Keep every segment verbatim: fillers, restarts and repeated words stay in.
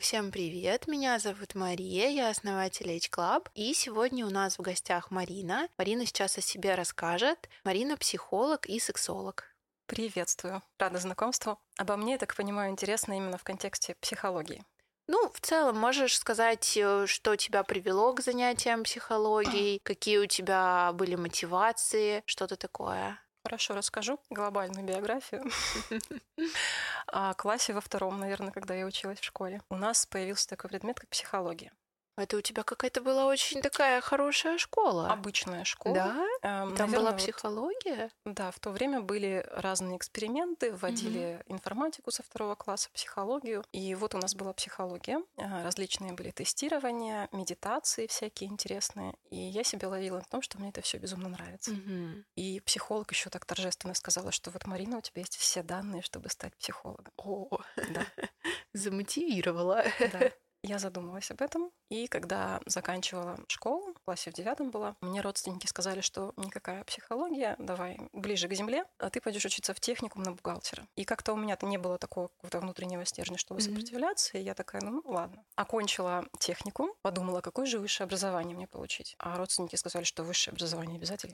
Всем привет, меня зовут Мария, я основатель Age Club, и сегодня у нас в гостях Марина. Марина сейчас о себе расскажет. Марина психолог и сексолог. Приветствую, рада знакомству. Обо мне, я так понимаю, интересно именно в контексте психологии. Ну, в целом, можешь сказать, что тебя привело к занятиям психологией, какие у тебя были мотивации, что-то такое? Хорошо, расскажу глобальную биографию. О классе во втором, наверное, когда я училась в школе, у нас появился такой предмет, как психология. Это у тебя какая-то была очень такая хорошая школа. Обычная школа. Да? Эм, Там наверное, была вот, психология? да, в то время были разные эксперименты, вводили угу. информатику со второго класса, психологию. И вот у нас была психология, различные были тестирования, медитации всякие интересные. И я себя ловила на том, что мне это все безумно нравится. Угу. И психолог еще так торжественно сказала, что вот, Марина, у тебя есть все данные, чтобы стать психологом. О, да. Замотивировала. Да. Я задумалась об этом, и когда заканчивала школу, в классе в девятом была, мне родственники сказали, что никакая психология, давай ближе к земле, а ты пойдешь учиться в техникум на бухгалтера. И как-то у меня-то не было такого какого-то внутреннего стержня, чтобы mm-hmm. сопротивляться, и я такая, ну ладно. Окончила техникум, подумала, какое же высшее образование мне получить. А родственники сказали, что высшее образование обязательно.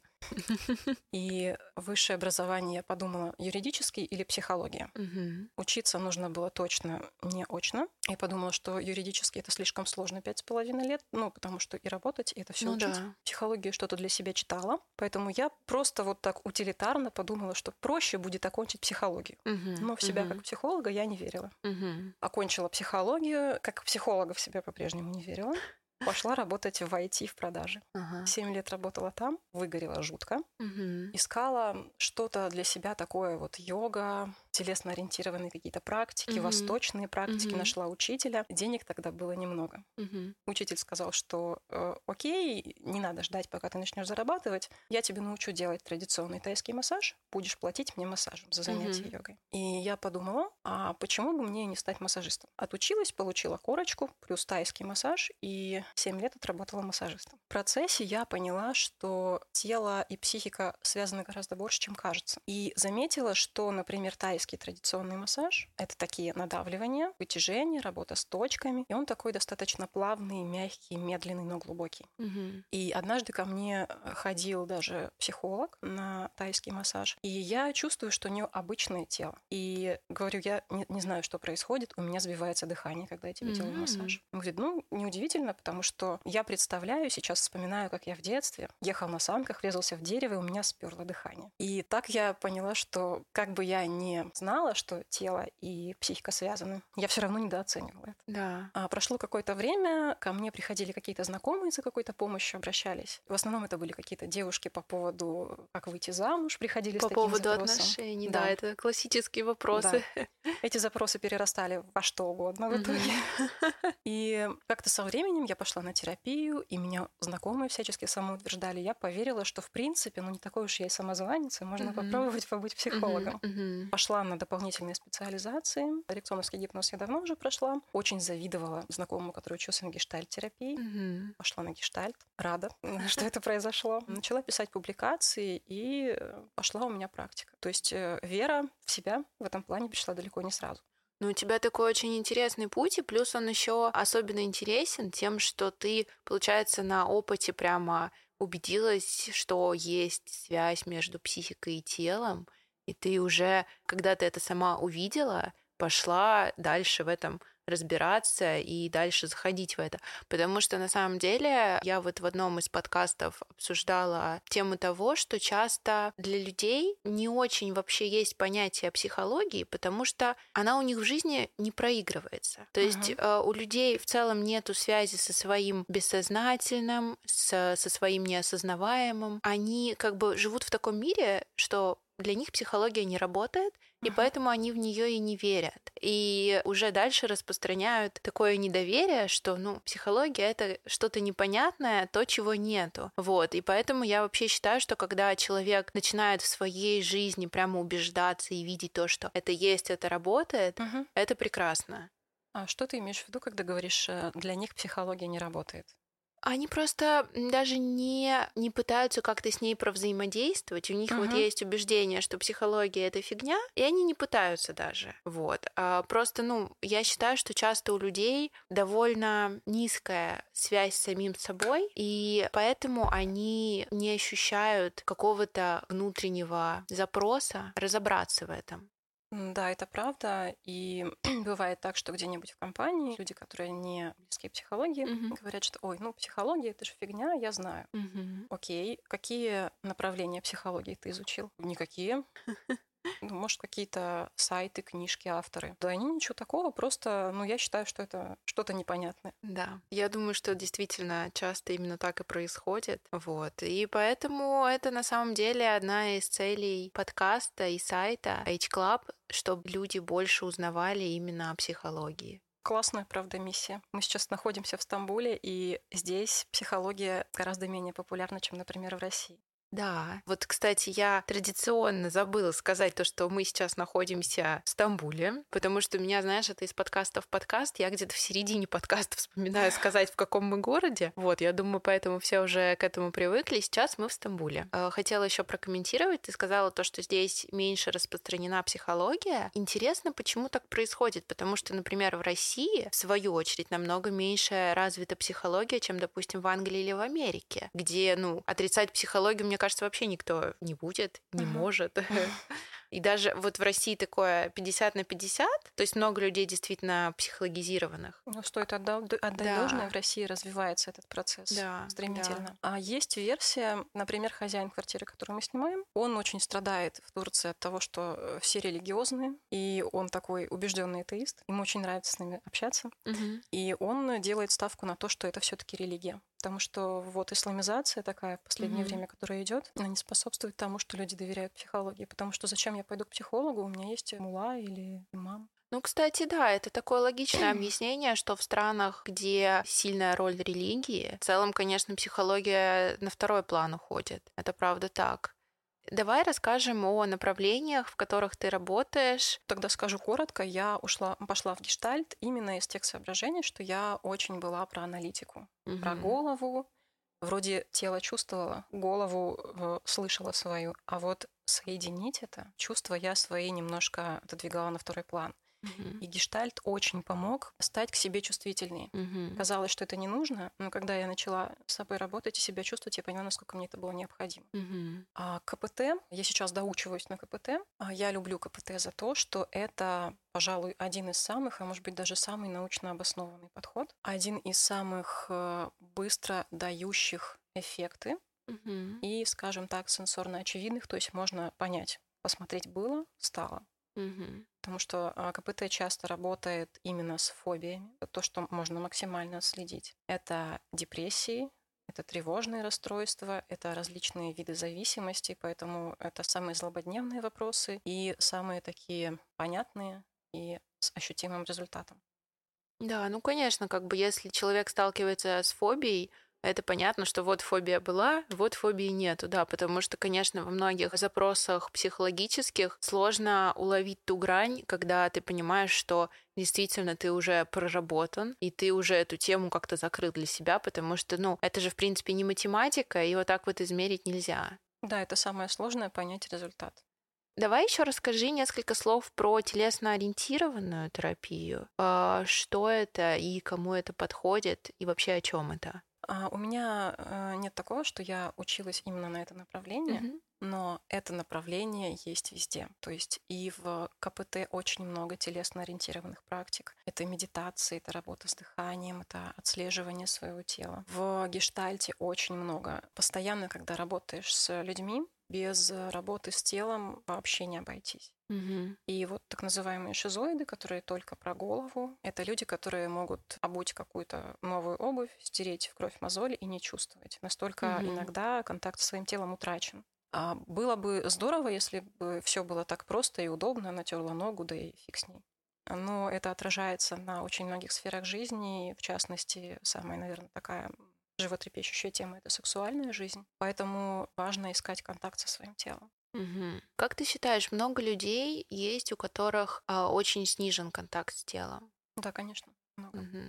И высшее образование я подумала, юридический или психология. Учиться нужно было точно не очно. Я подумала, что юридический это слишком сложно, пять с половиной лет, ну, потому что и работать, и это все ну, учить. Да. Психологию что-то для себя читала, поэтому я просто вот так утилитарно подумала, что проще будет окончить психологию. Uh-huh, Но в себя uh-huh. как психолога я не верила. Uh-huh. Окончила психологию, как психолога в себя по-прежнему не верила. Пошла работать в ай ти в продаже. Ага. Семь лет работала там, выгорела жутко. Угу. Искала что-то для себя такое вот йога, телесно-ориентированные какие-то практики, угу. восточные практики. Угу. Нашла учителя. Денег тогда было немного. Угу. Учитель сказал, что э, окей, не надо ждать, пока ты начнешь зарабатывать. Я тебе научу делать традиционный тайский массаж. Будешь платить мне массажем за занятие угу. йогой. И я подумала, а почему бы мне не стать массажистом? Отучилась, получила корочку, плюс тайский массаж, и семь лет отработала массажистом. В процессе я поняла, что тело и психика связаны гораздо больше, чем кажется. И заметила, что, например, тайский традиционный массаж — это такие надавливания, вытяжения, работа с точками. И он такой достаточно плавный, мягкий, медленный, но глубокий. Угу. И однажды ко мне ходил даже психолог на тайский массаж. И я чувствую, что у нее обычное тело. И говорю, я не, не знаю, что происходит, у меня сбивается дыхание, когда я тебе mm-hmm. делаю массаж. Он говорит, ну, неудивительно, потому что я представляю, сейчас вспоминаю, как я в детстве ехал на санках, врезался в дерево, и у меня сперло дыхание. И так я поняла, что как бы я не знала, что тело и психика связаны, я все равно недооценивала это. Да. А прошло какое-то время, ко мне приходили какие-то знакомые за какой-то помощью, обращались. В основном это были какие-то девушки по поводу, как выйти замуж, приходили по с таким поводу запросом. отношений, да. да, это классические вопросы. Да. Эти запросы перерастали во что угодно в итоге. Mm-hmm. И как-то со временем я пошла на терапию, и меня знакомые всячески самоутверждали. Я поверила, что в принципе, ну не такой уж я и самозванец, можно mm-hmm. попробовать побыть психологом. Mm-hmm. Пошла на дополнительные специализации. Эриксоновский гипноз я давно уже прошла. Очень завидовала знакомому, который учился на гештальт-терапии. Mm-hmm. Пошла на гештальт. Рада, что это произошло. Начала писать публикации, и пошла у меня практика. То есть вера в себя в этом плане пришла далеко не сразу. Ну, у тебя такой очень интересный путь, и плюс он еще особенно интересен тем, что ты, получается, на опыте прямо убедилась, что есть связь между психикой и телом, и ты уже, когда ты это сама увидела, пошла дальше в этом разбираться и дальше заходить в это. Потому что на самом деле я вот в одном из подкастов обсуждала тему того, что часто для людей не очень вообще есть понятие о психологии, потому что она у них в жизни не проигрывается. То есть uh-huh. у людей в целом нету связи со своим бессознательным, со, со своим неосознаваемым. Они как бы живут в таком мире, что для них психология не работает, и uh-huh. поэтому они в нее и не верят. И уже дальше распространяют такое недоверие, что, ну, психология — это что-то непонятное, то, чего нету. Вот. И поэтому я вообще считаю, что когда человек начинает в своей жизни прямо убеждаться и видеть то, что это есть, это работает, uh-huh. это прекрасно. А что ты имеешь в виду, когда говоришь, для них психология не работает? Они просто даже не, не пытаются как-то с ней провзаимодействовать. У них вот Мгм. есть убеждение, что психология — это фигня, и они не пытаются даже. Вот. А просто, ну, я считаю, что часто у людей довольно низкая связь с самим собой, и поэтому они не ощущают какого-то внутреннего запроса разобраться в этом. М, Да, это правда. И бывает так, что где-нибудь в компании люди, которые не близки к психологии, Мгм. говорят, что, ой, ну, психология — это же фигня, я знаю. Мгм. Окей, какие направления психологии ты изучил? Никакие. Ну, может, какие-то сайты, книжки, авторы. Да, они ничего такого, просто, ну, я считаю, что это что-то непонятное. Да, я думаю, что действительно часто именно так и происходит. Вот. И поэтому это на самом деле одна из целей подкаста и сайта H Club, чтобы люди больше узнавали именно о психологии. Классная, правда, миссия. Мы сейчас находимся в Стамбуле, и здесь психология гораздо менее популярна, чем, например, в России. Да, вот, кстати, я традиционно забыла сказать то, что мы сейчас находимся в Стамбуле, потому что у меня, знаешь, это из подкаста в подкаст, я где-то в середине подкаста вспоминаю сказать, в каком мы городе. Вот, я думаю, поэтому все уже к этому привыкли. Сейчас мы в Стамбуле. Э, Хотела еще прокомментировать. Ты сказала то, что здесь меньше распространена психология. Интересно, почему так происходит? Потому что, например, в России, в свою очередь, намного меньше развита психология, чем, допустим, в Англии или в Америке, где, ну, отрицать психологию, мне кажется, вообще никто не будет, не Мгм. может. И даже вот в России такое пятьдесят на пятьдесят, то есть много людей действительно психологизированных. Ну, стоит отдал- д- отдать должное, в Да, России развивается этот процесс да, да. стремительно. А есть версия, например, хозяин квартиры, которую мы снимаем, он очень страдает в Турции от того, что э, все религиозные, и он такой убежденный атеист, ему очень нравится с нами общаться, Мгм. и он делает ставку на то, что это все-таки религия. Потому что вот исламизация такая в последнее Мгм. время, которая идет, она не способствует тому, что люди доверяют психологии. Потому что зачем я пойду к психологу, у меня есть мула или имам. Ну, кстати, да, это такое логичное объяснение, что в странах, где сильная роль религии, в целом, конечно, психология на второй план уходит. Это правда так. Давай расскажем о направлениях, в которых ты работаешь. Тогда скажу коротко, я ушла, пошла в гештальт именно из тех соображений, что я очень была про аналитику, про Мгм. голову. Вроде тело чувствовала, голову э, слышала свою, а вот соединить это, чувства я свои немножко отодвигала на второй план. Мгм. И гештальт очень помог стать к себе чувствительнее. Мгм. Казалось, что это не нужно, но когда я начала с собой работать и себя чувствовать, я поняла, насколько мне это было необходимо. Мгм. А КПТ, я сейчас доучиваюсь на КПТ, а я люблю КПТ за то, что это, пожалуй, один из самых, а может быть даже самый научно обоснованный подход, один из самых э, быстро дающих эффекты Мгм. и, скажем так, сенсорно очевидных, то есть можно понять, посмотреть было, стало. Мгм. Потому что а, КПТ часто работает именно с фобиями, то, что можно максимально отследить. Это депрессии, это тревожные расстройства, это различные виды зависимости, поэтому это самые злободневные вопросы и самые такие понятные и с ощутимым результатом. Да, ну, конечно, как бы если человек сталкивается с фобией, это понятно, что вот фобия была, вот фобии нету, да, потому что, конечно, во многих запросах психологических сложно уловить ту грань, когда ты понимаешь, что действительно ты уже проработан, и ты уже эту тему как-то закрыл для себя, потому что, ну, это же, в принципе, не математика, и вот так вот измерить нельзя. Да, это самое сложное — понять результат. Давай еще расскажи несколько слов про телесно-ориентированную терапию. А, Что это и кому это подходит, и вообще о чем это? А, У меня э, нет такого, что я училась именно на это направление, Мгм. но это направление есть везде. То есть и в КПТ очень много телесно-ориентированных практик. Это медитации, это работа с дыханием, это отслеживание своего тела. В гештальте очень много. Постоянно, когда работаешь с людьми, без работы с телом вообще не обойтись. Мгм. И вот так называемые шизоиды, которые только про голову, это люди, которые могут обуть какую-то новую обувь, стереть в кровь мозоль и не чувствовать. Настолько Мгм. иногда контакт со своим телом утрачен. А было бы здорово, если бы все было так просто и удобно, натерла ногу, да и фиг с ней. Но это отражается на очень многих сферах жизни, в частности, самая, наверное, такая животрепещущая тема — это сексуальная жизнь. Поэтому важно искать контакт со своим телом. Мгм. Как ты считаешь, много людей есть, у которых а, очень снижен контакт с телом? Да, конечно, много. Мгм.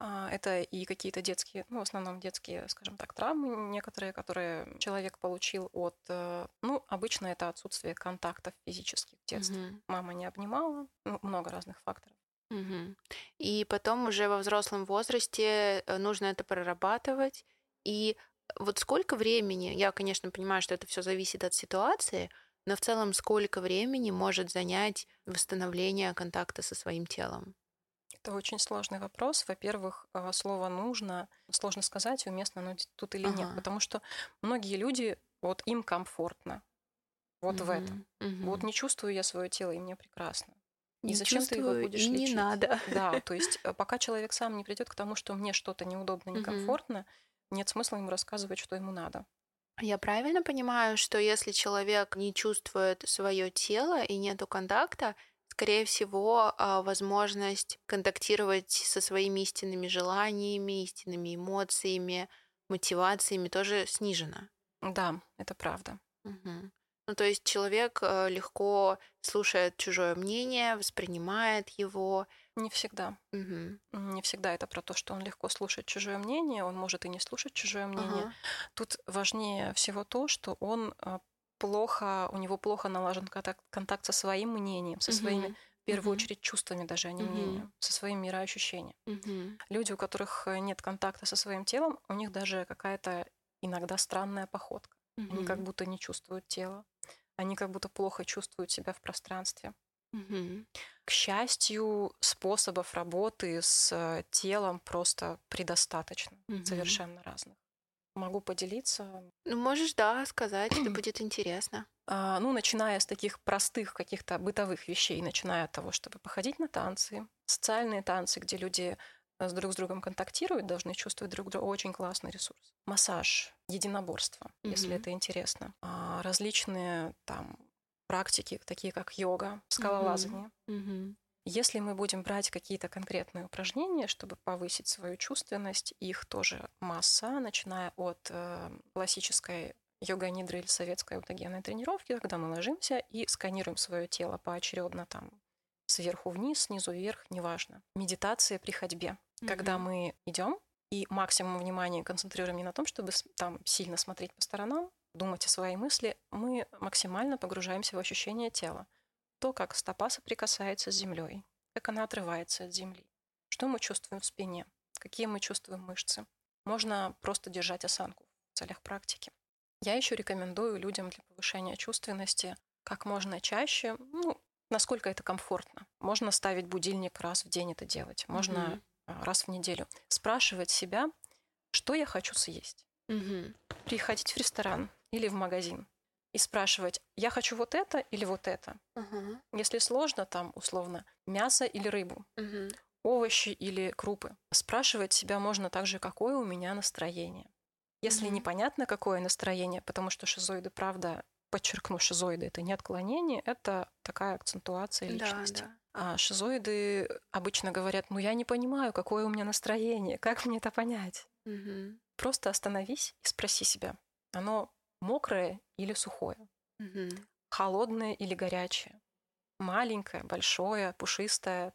А, Это и какие-то детские, ну, в основном детские, скажем так, травмы некоторые, которые человек получил от, э, ну, обычно это отсутствие контактов физических в детстве. Мгм. Мама не обнимала, ну, много разных факторов. Мгм. И потом уже во взрослом возрасте э, нужно это прорабатывать. И вот сколько времени, я, конечно, понимаю, что это все зависит от ситуации, но в целом сколько времени может занять восстановление контакта со своим телом? Это очень сложный вопрос. Во-первых, а, слово «нужно» сложно сказать, уместно оно тут или нет, Ага. потому что многие люди, вот им комфортно вот в этом. Мгм. Вот Мгм. не чувствую я свое тело, и мне прекрасно. И Не зачем ты его чувствую и будешь не лечить? надо. Да, то есть э, пока человек сам не придет к тому, что мне что-то неудобно, Мгм. некомфортно, нет смысла ему рассказывать, что ему надо. Я правильно понимаю, что если человек не чувствует свое тело и нету контакта, скорее всего, а, возможность контактировать со своими истинными желаниями, истинными эмоциями, мотивациями тоже снижена? Да, это правда. Мгм. Ну, то есть человек э, легко слушает чужое мнение, воспринимает его. Не всегда. Мгм. Не всегда это про то, что он легко слушает чужое мнение, он может и не слушать чужое мнение. Ага. Тут важнее всего то, что он а, плохо, у него плохо налажен контакт, контакт со своим мнением, со своими, Мгм. в первую Мгм. очередь, чувствами даже, а не Мгм. мнением, со своим мироощущением. Мгм. Люди, у которых э, нет контакта со своим телом, у них даже какая-то иногда странная походка. Они как Мгм. будто не чувствуют тело, они как будто плохо чувствуют себя в пространстве. Мгм. К счастью, способов работы с э, телом просто предостаточно, Мгм. совершенно разных. Могу поделиться. Ну, можешь, да, сказать, это будет интересно. А, Ну, начиная с таких простых каких-то бытовых вещей, начиная от того, чтобы походить на танцы, социальные танцы, где люди э, с друг с другом контактируют, должны чувствовать друг друга, очень классный ресурс. Массаж, единоборство, если Мгм. это интересно. А, Различные там практики, такие как йога, Мгм. скалолазание. Мгм. Если мы будем брать какие-то конкретные упражнения, чтобы повысить свою чувственность, их тоже масса, начиная от э, классической йога-нидры или советской аутогенной тренировки, когда мы ложимся и сканируем свое тело поочередно там сверху вниз, снизу вверх, неважно. Медитация при ходьбе, когда Мгм. мы идем и максимум внимания концентрируем не на том, чтобы там сильно смотреть по сторонам, думать о своей мысли, мы максимально погружаемся в ощущение тела. То, как стопа соприкасается с землей, как она отрывается от земли, что мы чувствуем в спине, какие мы чувствуем мышцы. Можно просто держать осанку в целях практики. Я еще рекомендую людям для повышения чувственности как можно чаще, ну, насколько это комфортно. Можно ставить будильник раз в день это делать, можно Мгм. а, раз в неделю. Спрашивать себя, что я хочу съесть. Мгм. Приходить в ресторан или в магазин и спрашивать, я хочу вот это или вот это. Ага. Если сложно, там, условно, мясо или рыбу, Мгм. овощи или крупы. Спрашивать себя можно также, какое у меня настроение. Если Мгм. непонятно, какое настроение, потому что шизоиды, правда, подчеркну, шизоиды — это не отклонение, это такая акцентуация Да, личности. да. А шизоиды обычно говорят, ну я не понимаю, какое у меня настроение, как мне это понять? Мгм. Просто остановись и спроси себя, оно мокрое или сухое, Мгм. холодное или горячее, маленькое, большое, пушистое,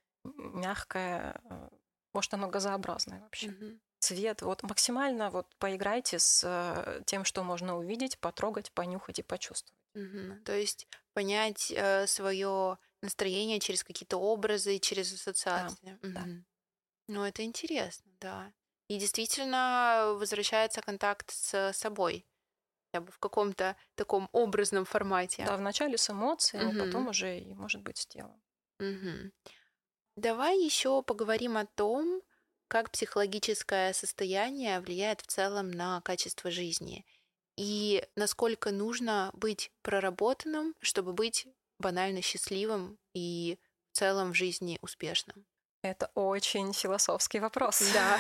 мягкое, э, может, оно газообразное вообще. Мгм. Цвет, вот максимально вот поиграйте с э, тем, что можно увидеть, потрогать, понюхать и почувствовать. Мгм. То есть понять свое настроение через какие-то образы, через Да, ассоциации. да. Мгм. Ну, это интересно, да. И действительно возвращается контакт с собой, я бы в каком-то таком образном формате. Да, вначале с эмоциями, потом Мгм. уже и, может быть, с телом. Мгм. Давай еще поговорим о том, как психологическое состояние влияет в целом на качество жизни и насколько нужно быть проработанным, чтобы быть банально счастливым и в целом в жизни успешным. Это очень философский вопрос. Да.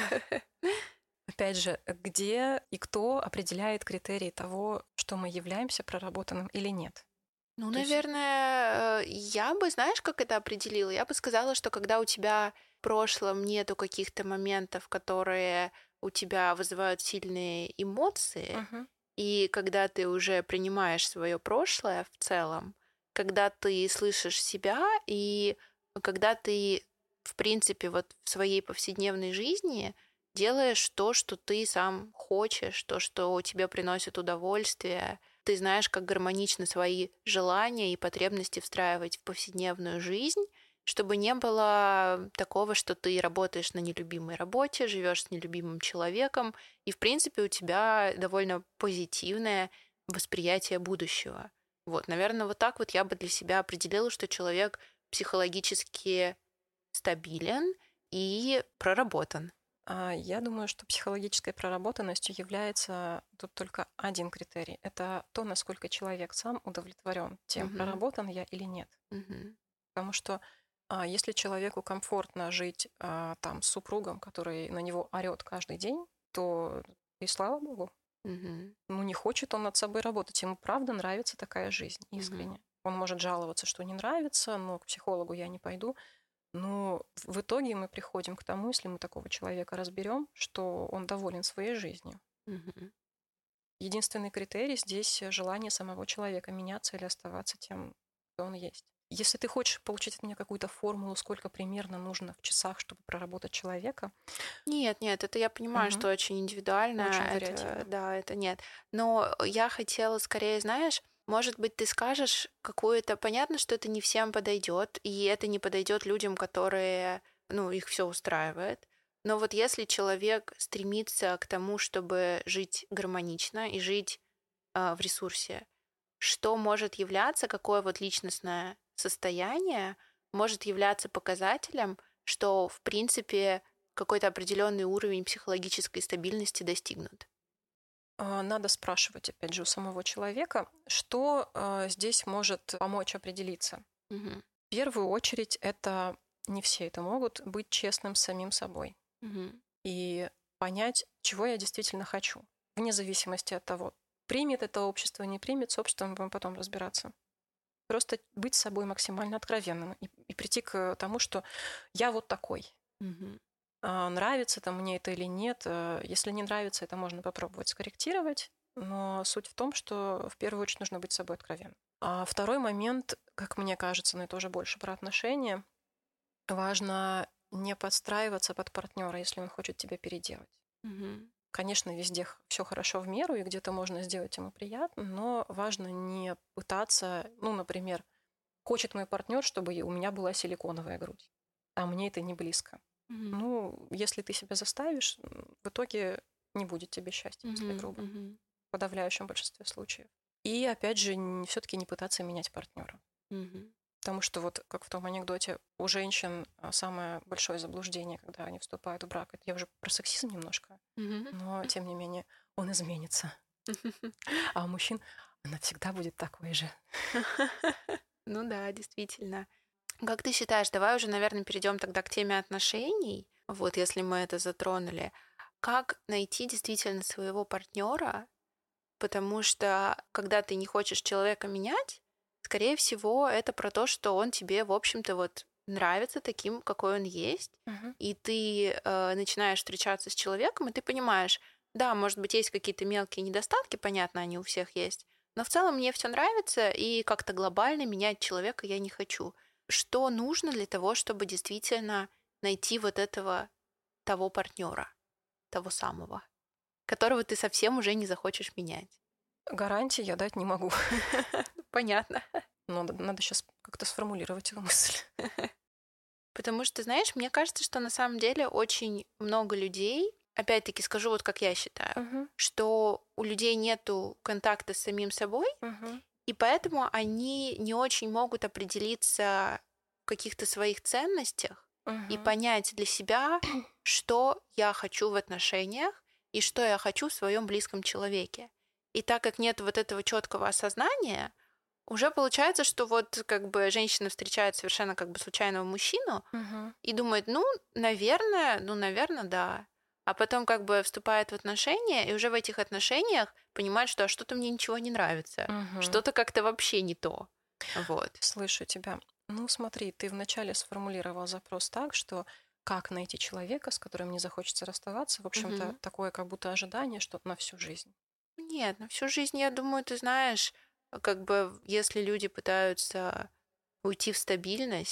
Опять же, где и кто определяет критерии того, что мы являемся проработанным или нет? Ну, То есть, наверное, э, я бы, знаешь, как это определила? Я бы сказала, что когда у тебя в прошлом нету каких-то моментов, которые у тебя вызывают сильные эмоции, мгм, и когда ты уже принимаешь свое прошлое в целом, когда ты слышишь себя, и когда ты в принципе, вот в своей повседневной жизни делаешь то, что ты сам хочешь, то, что тебе приносит удовольствие. Ты знаешь, как гармонично свои желания и потребности встраивать в повседневную жизнь, чтобы не было такого, что ты работаешь на нелюбимой работе, живешь с нелюбимым человеком, и, в принципе, у тебя довольно позитивное восприятие будущего. Вот, наверное, вот так вот я бы для себя определила, что человек психологически стабилен и проработан. А я думаю, что психологической проработанностью является тут только один критерий. Это то, насколько человек сам удовлетворен тем, Мгм. проработан я или нет. Мгм. Потому что а, если человеку комфортно жить а, там с супругом, который на него орет каждый день, то и слава богу. Мгм. Ну, не хочет он над собой работать. Ему правда нравится такая жизнь, Мгм. искренне. Он может жаловаться, что не нравится, но к психологу я не пойду. Но в итоге мы приходим к тому, если мы такого человека разберем, что он доволен своей жизнью. Мгм. Единственный критерий здесь желание самого человека меняться или оставаться тем, кто он есть. Если ты хочешь получить от меня какую-то формулу, сколько примерно нужно в часах, чтобы проработать человека, Нет, нет, это я понимаю, мгм, что очень индивидуально, очень это, вариативно. да, это нет. Но я хотела скорее, знаешь, может быть, ты скажешь какую-то, понятно, что это не всем подойдет, и это не подойдет людям, которые, ну, их все устраивает. Но вот если человек стремится к тому, чтобы жить гармонично и жить а, в ресурсе, что может являться, какое вот личностное состояние может являться показателем, что, в принципе, какой-то определенный уровень психологической стабильности достигнут. А, Надо спрашивать, опять же, у самого человека, что а, здесь может помочь определиться. Мгм. В первую очередь, это не все это могут быть честным с самим собой Мгм. и понять, чего я действительно хочу, вне зависимости от того, примет это общество, не примет, с обществом будем потом разбираться. Просто быть с собой максимально откровенным и, и прийти к тому, что я вот такой. Мгм. А, Нравится там мне это или нет. э, Если не нравится, это можно попробовать скорректировать. Но суть в том, что в первую очередь нужно быть с собой откровенным. А второй момент, как мне кажется, но это уже больше про отношения, важно не подстраиваться под партнера, если он хочет тебя переделать. Мгм. Конечно, везде все хорошо в меру, и где-то можно сделать ему приятно, но важно не пытаться, ну, например, хочет мой партнер, чтобы у меня была силиконовая грудь, а мне это не близко. Мгм. Ну, если ты себя заставишь, м, в итоге не будет тебе счастья, если Мгм. грубо, Мгм. в подавляющем большинстве случаев. И опять же, все-таки не пытаться менять партнера. Мгм. Потому что вот как в том анекдоте, у женщин а, самое большое заблуждение, когда они вступают в брак. Это я уже про сексизм немножко, Мгм. но тем не менее он изменится. А у мужчин она всегда будет такой же. Ну да, действительно. Как ты считаешь, давай уже, наверное, перейдем тогда к теме отношений. Вот, если мы это затронули. Как найти действительно своего партнера? Потому что когда ты не хочешь человека менять, скорее всего, это про то, что он тебе, в общем-то, вот нравится таким, какой он есть. Мгм. И ты э, начинаешь встречаться с человеком, и ты понимаешь, да, может быть, есть какие-то мелкие недостатки, понятно, они у всех есть, но в целом мне все нравится, и как-то глобально менять человека я не хочу. Что нужно для того, чтобы действительно найти вот этого того партнера, того самого, которого ты совсем уже не захочешь менять? Гарантии я дать не могу. Понятно. Но надо, надо сейчас как-то сформулировать эту мысль. Потому что, знаешь, мне кажется, что на самом деле очень много людей, опять-таки скажу вот как я считаю, Мгм. что у людей нету контакта с самим собой, Мгм. и поэтому они не очень могут определиться в каких-то своих ценностях и Мгм. понять для себя, что я хочу в отношениях и что я хочу в своем близком человеке. И так как нет вот этого четкого осознания, уже получается, что вот как бы женщина встречает совершенно как бы случайного мужчину Мгм. и думает, ну, наверное, ну, наверное, да. А потом как бы вступает в отношения, и уже в этих отношениях понимает, что а что-то мне ничего не нравится, Мгм. что-то как-то вообще не то. Вот. Слышу тебя. Ну, смотри, ты вначале сформулировал запрос так, что как найти человека, с которым не захочется расставаться. В общем-то, Мгм. такое как будто ожидание, что на всю жизнь. Нет, на всю жизнь, я думаю, ты знаешь, как бы если люди пытаются уйти в стабильность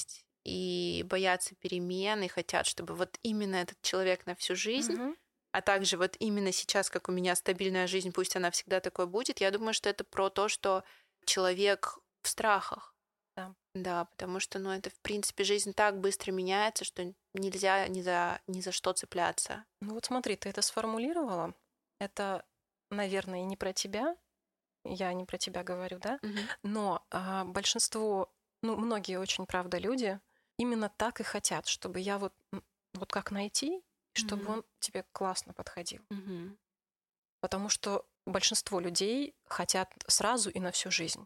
и боятся перемен, и хотят, чтобы вот именно этот человек на всю жизнь, Мгм. а также вот именно сейчас, как у меня стабильная жизнь, пусть она всегда такой будет, я думаю, что это про то, что человек в страхах. Да. Да, потому что, ну, это, в принципе, жизнь так быстро меняется, что нельзя ни за, ни за что цепляться. Ну вот смотри, ты это сформулировала. Это, наверное, и не про тебя. Я не про тебя говорю, да? Мгм. Но а, большинство, ну, многие очень, правда, люди именно так и хотят, чтобы я вот, м, вот как найти, чтобы Мгм. он тебе классно подходил. Мгм. Потому что большинство людей хотят сразу и на всю жизнь.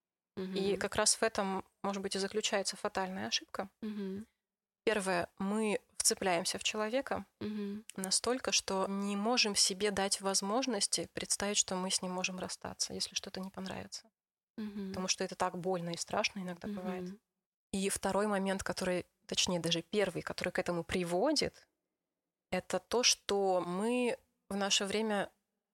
И Мгм. как раз в этом, может быть, и заключается фатальная ошибка. Мгм. Первое, мы вцепляемся в человека Мгм. настолько, что не можем себе дать возможности представить, что мы с ним можем расстаться, если что-то не понравится. Мгм. Потому что это так больно и страшно иногда бывает. Мгм. И второй момент, который, точнее, даже первый, который к этому приводит, это то, что мы в наше время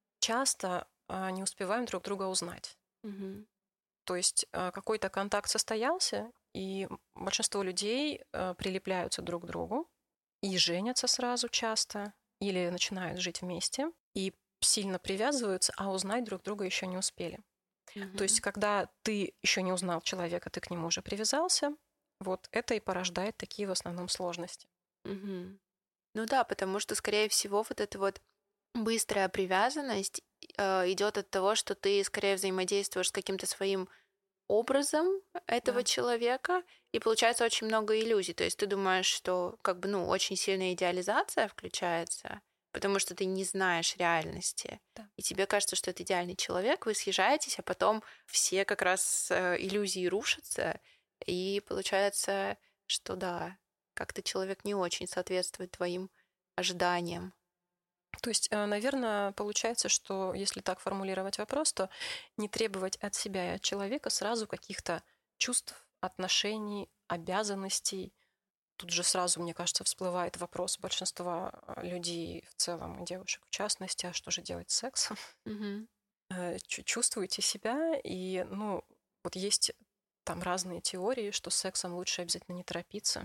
часто а, не успеваем друг друга узнать. Мгм. То есть а, какой-то контакт состоялся, и большинство людей а, прилепляются друг к другу и женятся сразу часто, или начинают жить вместе, и сильно привязываются, а узнать друг друга еще не успели. То есть, Мгм. когда ты еще не узнал человека, ты к нему уже привязался, вот это и порождает такие в основном сложности. Мгм. Ну да, потому что, скорее всего, вот эта вот быстрая привязанность э, идет от того, что ты скорее взаимодействуешь с каким-то своим образом этого Да. человека, и получается очень много иллюзий. То есть ты думаешь, что как бы, ну, очень сильная идеализация включается, потому что ты не знаешь реальности. Да. И тебе кажется, что это идеальный человек, вы съезжаетесь, а потом все как раз э, иллюзии рушатся, и получается, что да, как-то человек не очень соответствует твоим ожиданиям. То есть, наверное, получается, что если так формулировать вопрос, то не требовать от себя и от человека сразу каких-то чувств, отношений, обязанностей. Тут же сразу, мне кажется, всплывает вопрос большинства а, людей в целом, и девушек в частности, а что же делать с сексом? Мгм. Э, чу- Чувствуете себя, и, ну, вот есть там разные теории, что с сексом лучше обязательно не торопиться,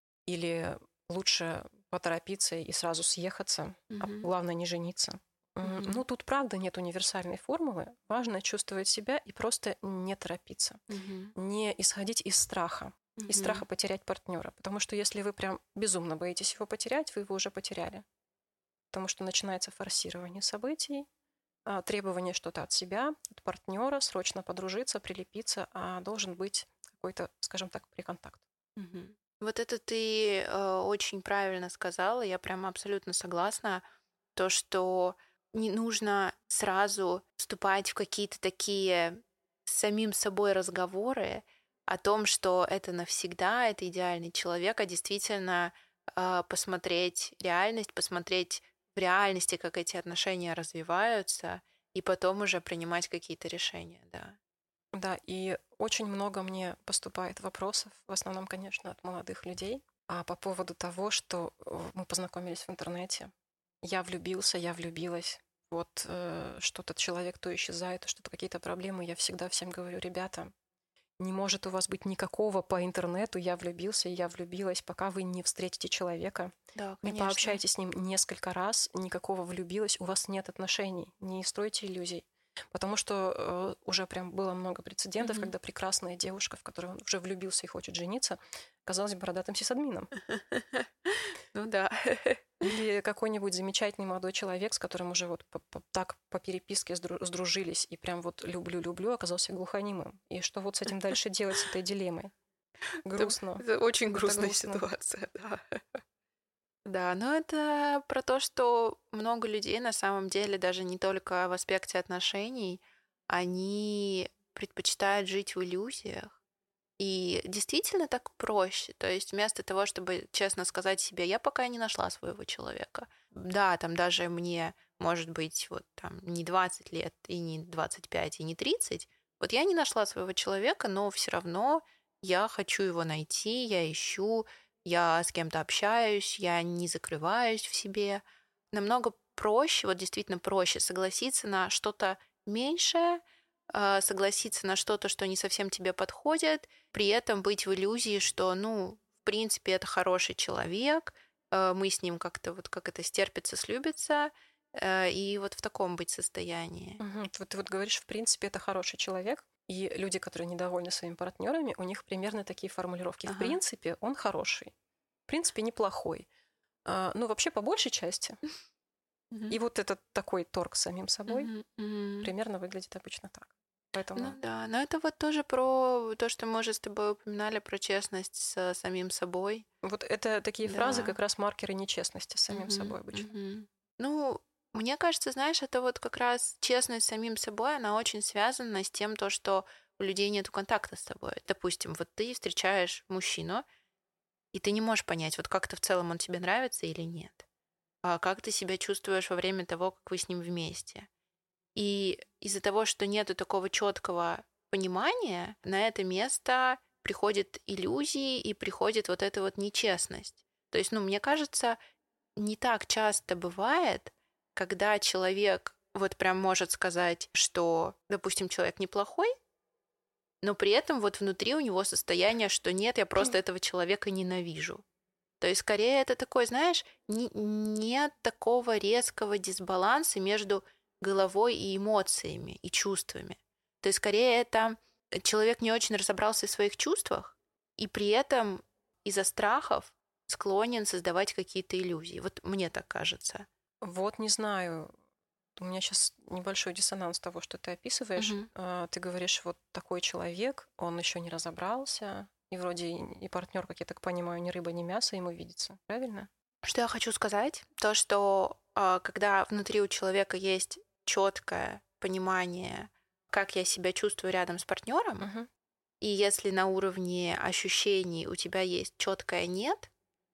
или лучше поторопиться и сразу съехаться, а Мгм. главное не жениться. М, Мгм. Ну, тут правда нет универсальной формулы. Важно чувствовать себя и просто не торопиться. Мгм. Не исходить из страха. Из страха Мгм. потерять партнера. Потому что если вы прям безумно боитесь его потерять, вы его уже потеряли. Потому что начинается форсирование событий, а, требование что-то от себя, от партнера, срочно подружиться, прилепиться, а должен быть какой-то, скажем так, приконтакт. Мгм. Вот это ты э, очень правильно сказала, я прям абсолютно согласна. То, что не нужно сразу вступать в какие-то такие с самим собой разговоры о том, что это навсегда, это идеальный человек, а действительно э, посмотреть реальность, посмотреть в реальности, как эти отношения развиваются, и потом уже принимать какие-то решения, да. Да, и очень много мне поступает вопросов, в основном, конечно, от молодых людей, а по поводу того, что э, мы познакомились в интернете. Я влюбился, я влюбилась. Вот э, что-то человек то исчезает, что-то какие-то проблемы. Я всегда всем говорю, ребята, не может у вас быть никакого по интернету «я влюбился» и «я влюбилась», пока вы не встретите человека, Да, не конечно. пообщаетесь с ним несколько раз, никакого «влюбилась», у вас нет отношений, не стройте иллюзий. Потому что э, уже прям было много прецедентов, Мгм. когда прекрасная девушка, в которую он уже влюбился и хочет жениться, оказалась бородатым сисадмином. Ну да. Или какой-нибудь замечательный молодой человек, с которым уже вот по- по- так по переписке сдру- сдружились и прям вот люблю-люблю, оказался глухонемым. И что вот с этим дальше делать, с этой дилеммой? Это, Грустно. это очень Это грустная грустно. ситуация, да. Да, но это про то, что много людей на самом деле даже не только в аспекте отношений, они предпочитают жить в иллюзиях. И действительно так проще. То есть вместо того, чтобы честно сказать себе, я пока не нашла своего человека. Да, там даже мне, может быть, вот там не двадцать лет, и не двадцать пять, и не тридцать. Вот я не нашла своего человека, но все равно я хочу его найти, я ищу, я с кем-то общаюсь, я не закрываюсь в себе. Намного проще, вот действительно проще согласиться на что-то меньшее, а, согласиться на что-то, что не совсем тебе подходит, при этом быть в иллюзии, что, ну, принципе, это хороший человек, э, мы с ним как-то вот как это стерпится, слюбится, э, и вот в таком быть состоянии. Мгм. Вот ты вот говоришь, в принципе, это хороший человек, и люди, которые недовольны своими партнерами, у них примерно такие формулировки. В Ага. принципе, он хороший, в принципе, неплохой. А, ну, вообще, по большей части. Мгм. И вот этот такой торг с самим собой Мгм. Мгм. примерно выглядит обычно так. Ну Поэтому да, но это вот тоже про то, что мы уже с тобой упоминали, про честность с самим собой. вот это такие фразы Да. как раз маркеры нечестности с самим Мгм. собой обычно. Мгм. Ну, мне кажется, знаешь, это вот как раз честность с самим собой, она очень связана с тем, то, что у людей нет контакта с собой. Допустим, вот ты встречаешь мужчину, и ты не можешь понять, вот как-то в целом он тебе нравится или нет. А как ты себя чувствуешь во время того, как вы с ним вместе. И из-за того, что нету такого четкого понимания, на это место приходят иллюзии и приходит вот эта вот нечестность. То есть, ну, мне кажется, не так часто бывает, когда человек вот прям может сказать, что, допустим, человек неплохой, но при этом вот внутри у него состояние, что нет, я просто этого человека ненавижу. То есть, скорее, это такой, знаешь, не- нет такого резкого дисбаланса между головой и эмоциями, и чувствами. То есть, скорее, это человек не очень разобрался в своих чувствах, и при этом из-за страхов склонен создавать какие-то иллюзии. Вот мне так кажется. Вот не знаю, у меня сейчас небольшой диссонанс того, что ты описываешь. Мгм. А, Ты говоришь, вот такой человек, он еще не разобрался, и вроде и партнер, как я так понимаю, ни рыба, ни мясо ему видится, правильно? Что я хочу сказать? То, что а, когда внутри у человека есть четкое понимание, как я себя чувствую рядом с партнером, Мгм. и если на уровне ощущений у тебя есть четкое нет,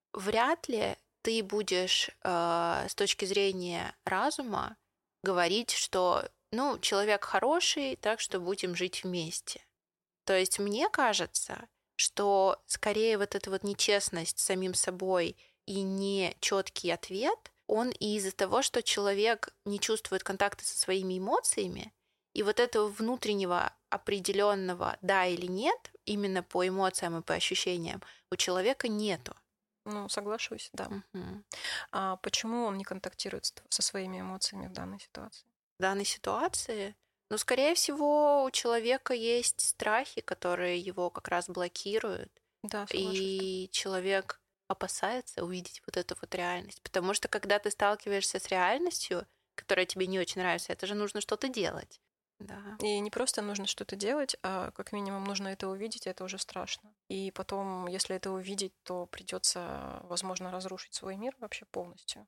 вряд ли ты будешь э, с точки зрения разума говорить, что ну, человек хороший, так что будем жить вместе. То есть мне кажется, что скорее вот эта вот нечестность с самим собой и нечеткий ответ, он и из-за того, что человек не чувствует контакта со своими эмоциями, и вот этого внутреннего определенного да или нет, именно по эмоциям и по ощущениям, у человека нету. Ну, соглашусь, да. Мгм. А почему он не контактирует с- со своими эмоциями в данной ситуации? В данной ситуации, ну, скорее всего, у человека есть страхи, которые его как раз блокируют, Да, соглашусь. Да. и человек опасается увидеть вот эту вот реальность. Потому что когда ты сталкиваешься с реальностью, которая тебе не очень нравится, это же нужно что-то делать. Да. И не просто нужно что-то делать, а как минимум нужно это увидеть, и это уже страшно. И потом, если это увидеть, то придется, возможно, разрушить свой мир вообще полностью.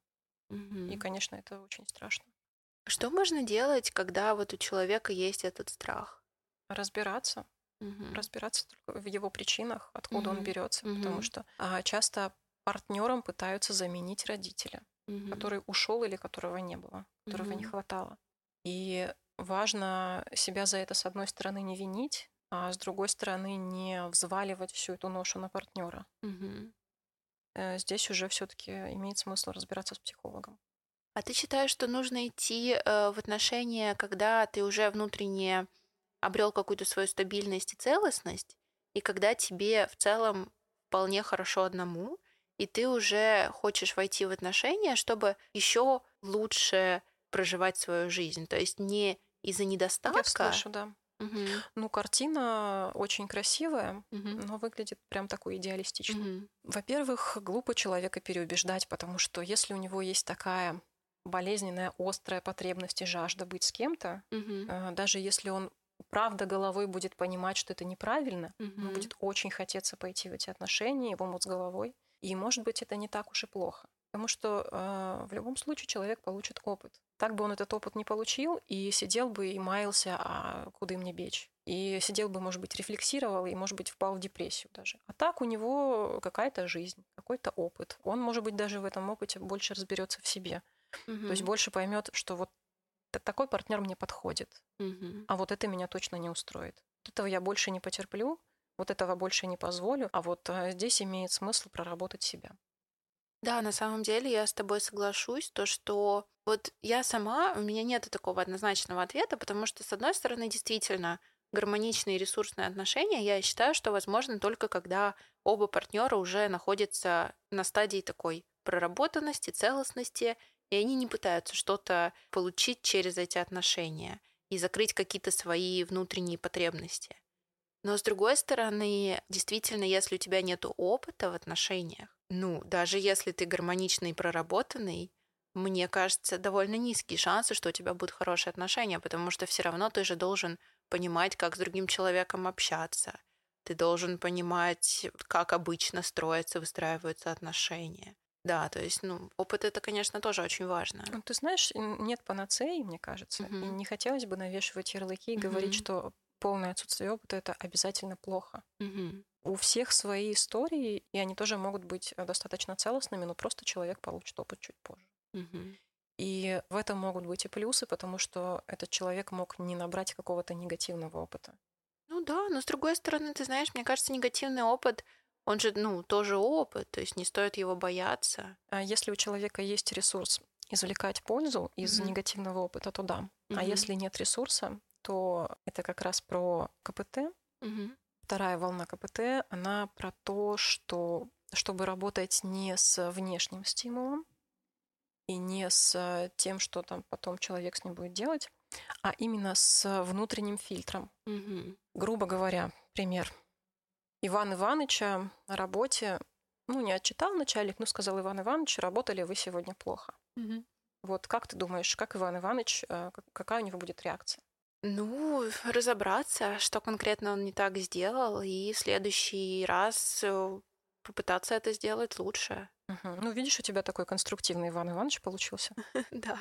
И, Мгм. конечно, это очень страшно. Что можно делать, когда вот у человека есть этот страх? Разбираться, Мгм. разбираться только в его причинах, откуда он Мгм. берется, потому Мгм. что а, часто партнером пытаются заменить родителя, Мгм. который ушел или которого не было, которого не Мгм. хватало. И важно себя за это, с одной стороны, не винить, а с другой стороны, не взваливать всю эту ношу на партнера. Мгм. Э, Здесь уже все-таки имеет смысл разбираться с психологом. А ты считаешь, что нужно идти э, в отношения, когда ты уже внутренне обрел какую-то свою стабильность и целостность, и когда тебе в целом вполне хорошо одному, и ты уже хочешь войти в отношения, чтобы еще лучше проживать свою жизнь. То есть не из-за Я недостатка. слышу, да. Мгм. Ну, картина очень красивая, Мгм. но выглядит прям такой идеалистично. Мгм. Во-первых, глупо человека переубеждать, потому что если у него есть такая болезненная, острая потребность и жажда быть с кем-то, Мгм. э, даже если он правда головой будет понимать, что это неправильно, ему Мгм. будет очень хотеться пойти в эти отношения, его мозг головой, и, может быть, это не так уж и плохо. Потому что э, в любом случае человек получит опыт. Так бы он этот опыт не получил, и сидел бы и маялся, а куда мне бечь. И сидел бы, может быть, рефлексировал, и, может быть, впал в депрессию даже. А так у него какая-то жизнь, какой-то опыт. Он, может быть, даже в этом опыте больше разберется в себе. То есть Мгм. больше поймет, что вот т- такой партнер мне подходит, Мгм. а вот это меня точно не устроит. Вот этого я больше не потерплю, вот этого больше не позволю, а вот э, здесь имеет смысл проработать себя. Да, на самом деле я с тобой соглашусь, то что вот я сама, у меня нет такого однозначного ответа, потому что, с одной стороны, действительно, гармоничные ресурсные отношения, я считаю, что возможно только когда оба партнера уже находятся на стадии такой проработанности, целостности, и они не пытаются что-то получить через эти отношения и закрыть какие-то свои внутренние потребности. Но с другой стороны, действительно, если у тебя нет опыта в отношениях, ну, даже если ты гармоничный и проработанный, мне кажется, довольно низкие шансы, что у тебя будут хорошие отношения, потому что все равно ты же должен понимать, как с другим человеком общаться. Ты должен понимать, как обычно строятся, выстраиваются отношения. Да, то есть, ну, опыт это, конечно, тоже очень важно. Ну, ты знаешь, нет панацеи, мне кажется. Мгм. И не хотелось бы навешивать ярлыки и Мгм. говорить, что полное отсутствие опыта это обязательно плохо. Мгм. У всех свои истории, и они тоже могут быть э, достаточно целостными, но просто человек получит опыт чуть позже. Мгм. И в этом могут быть и плюсы, потому что этот человек мог не набрать какого-то негативного опыта. Ну да, но с другой стороны, ты знаешь, мне кажется, негативный опыт, он же, ну, тоже опыт, то есть не стоит его бояться. А если у человека есть ресурс извлекать пользу из Мгм. негативного опыта, то да. А Мгм. если нет ресурса, то это как раз про КПТ. Мгм. Вторая волна КПТ, она про то, что чтобы работать не с внешним стимулом и не с тем, что там потом человек с ним будет делать, а именно с внутренним фильтром. Мгм. Грубо говоря, пример. Иван Ивановича на работе, ну, не отчитал начальник, ну, сказал: Иван Иванович, работали вы сегодня плохо. Мгм. Вот как ты думаешь, как Иван Иванович, э, как- какая у него будет реакция? Ну, разобраться, что конкретно он не так сделал, и в следующий раз э, попытаться это сделать лучше. Мгм. Ну, видишь, у тебя такой конструктивный Иван Иванович получился. Да.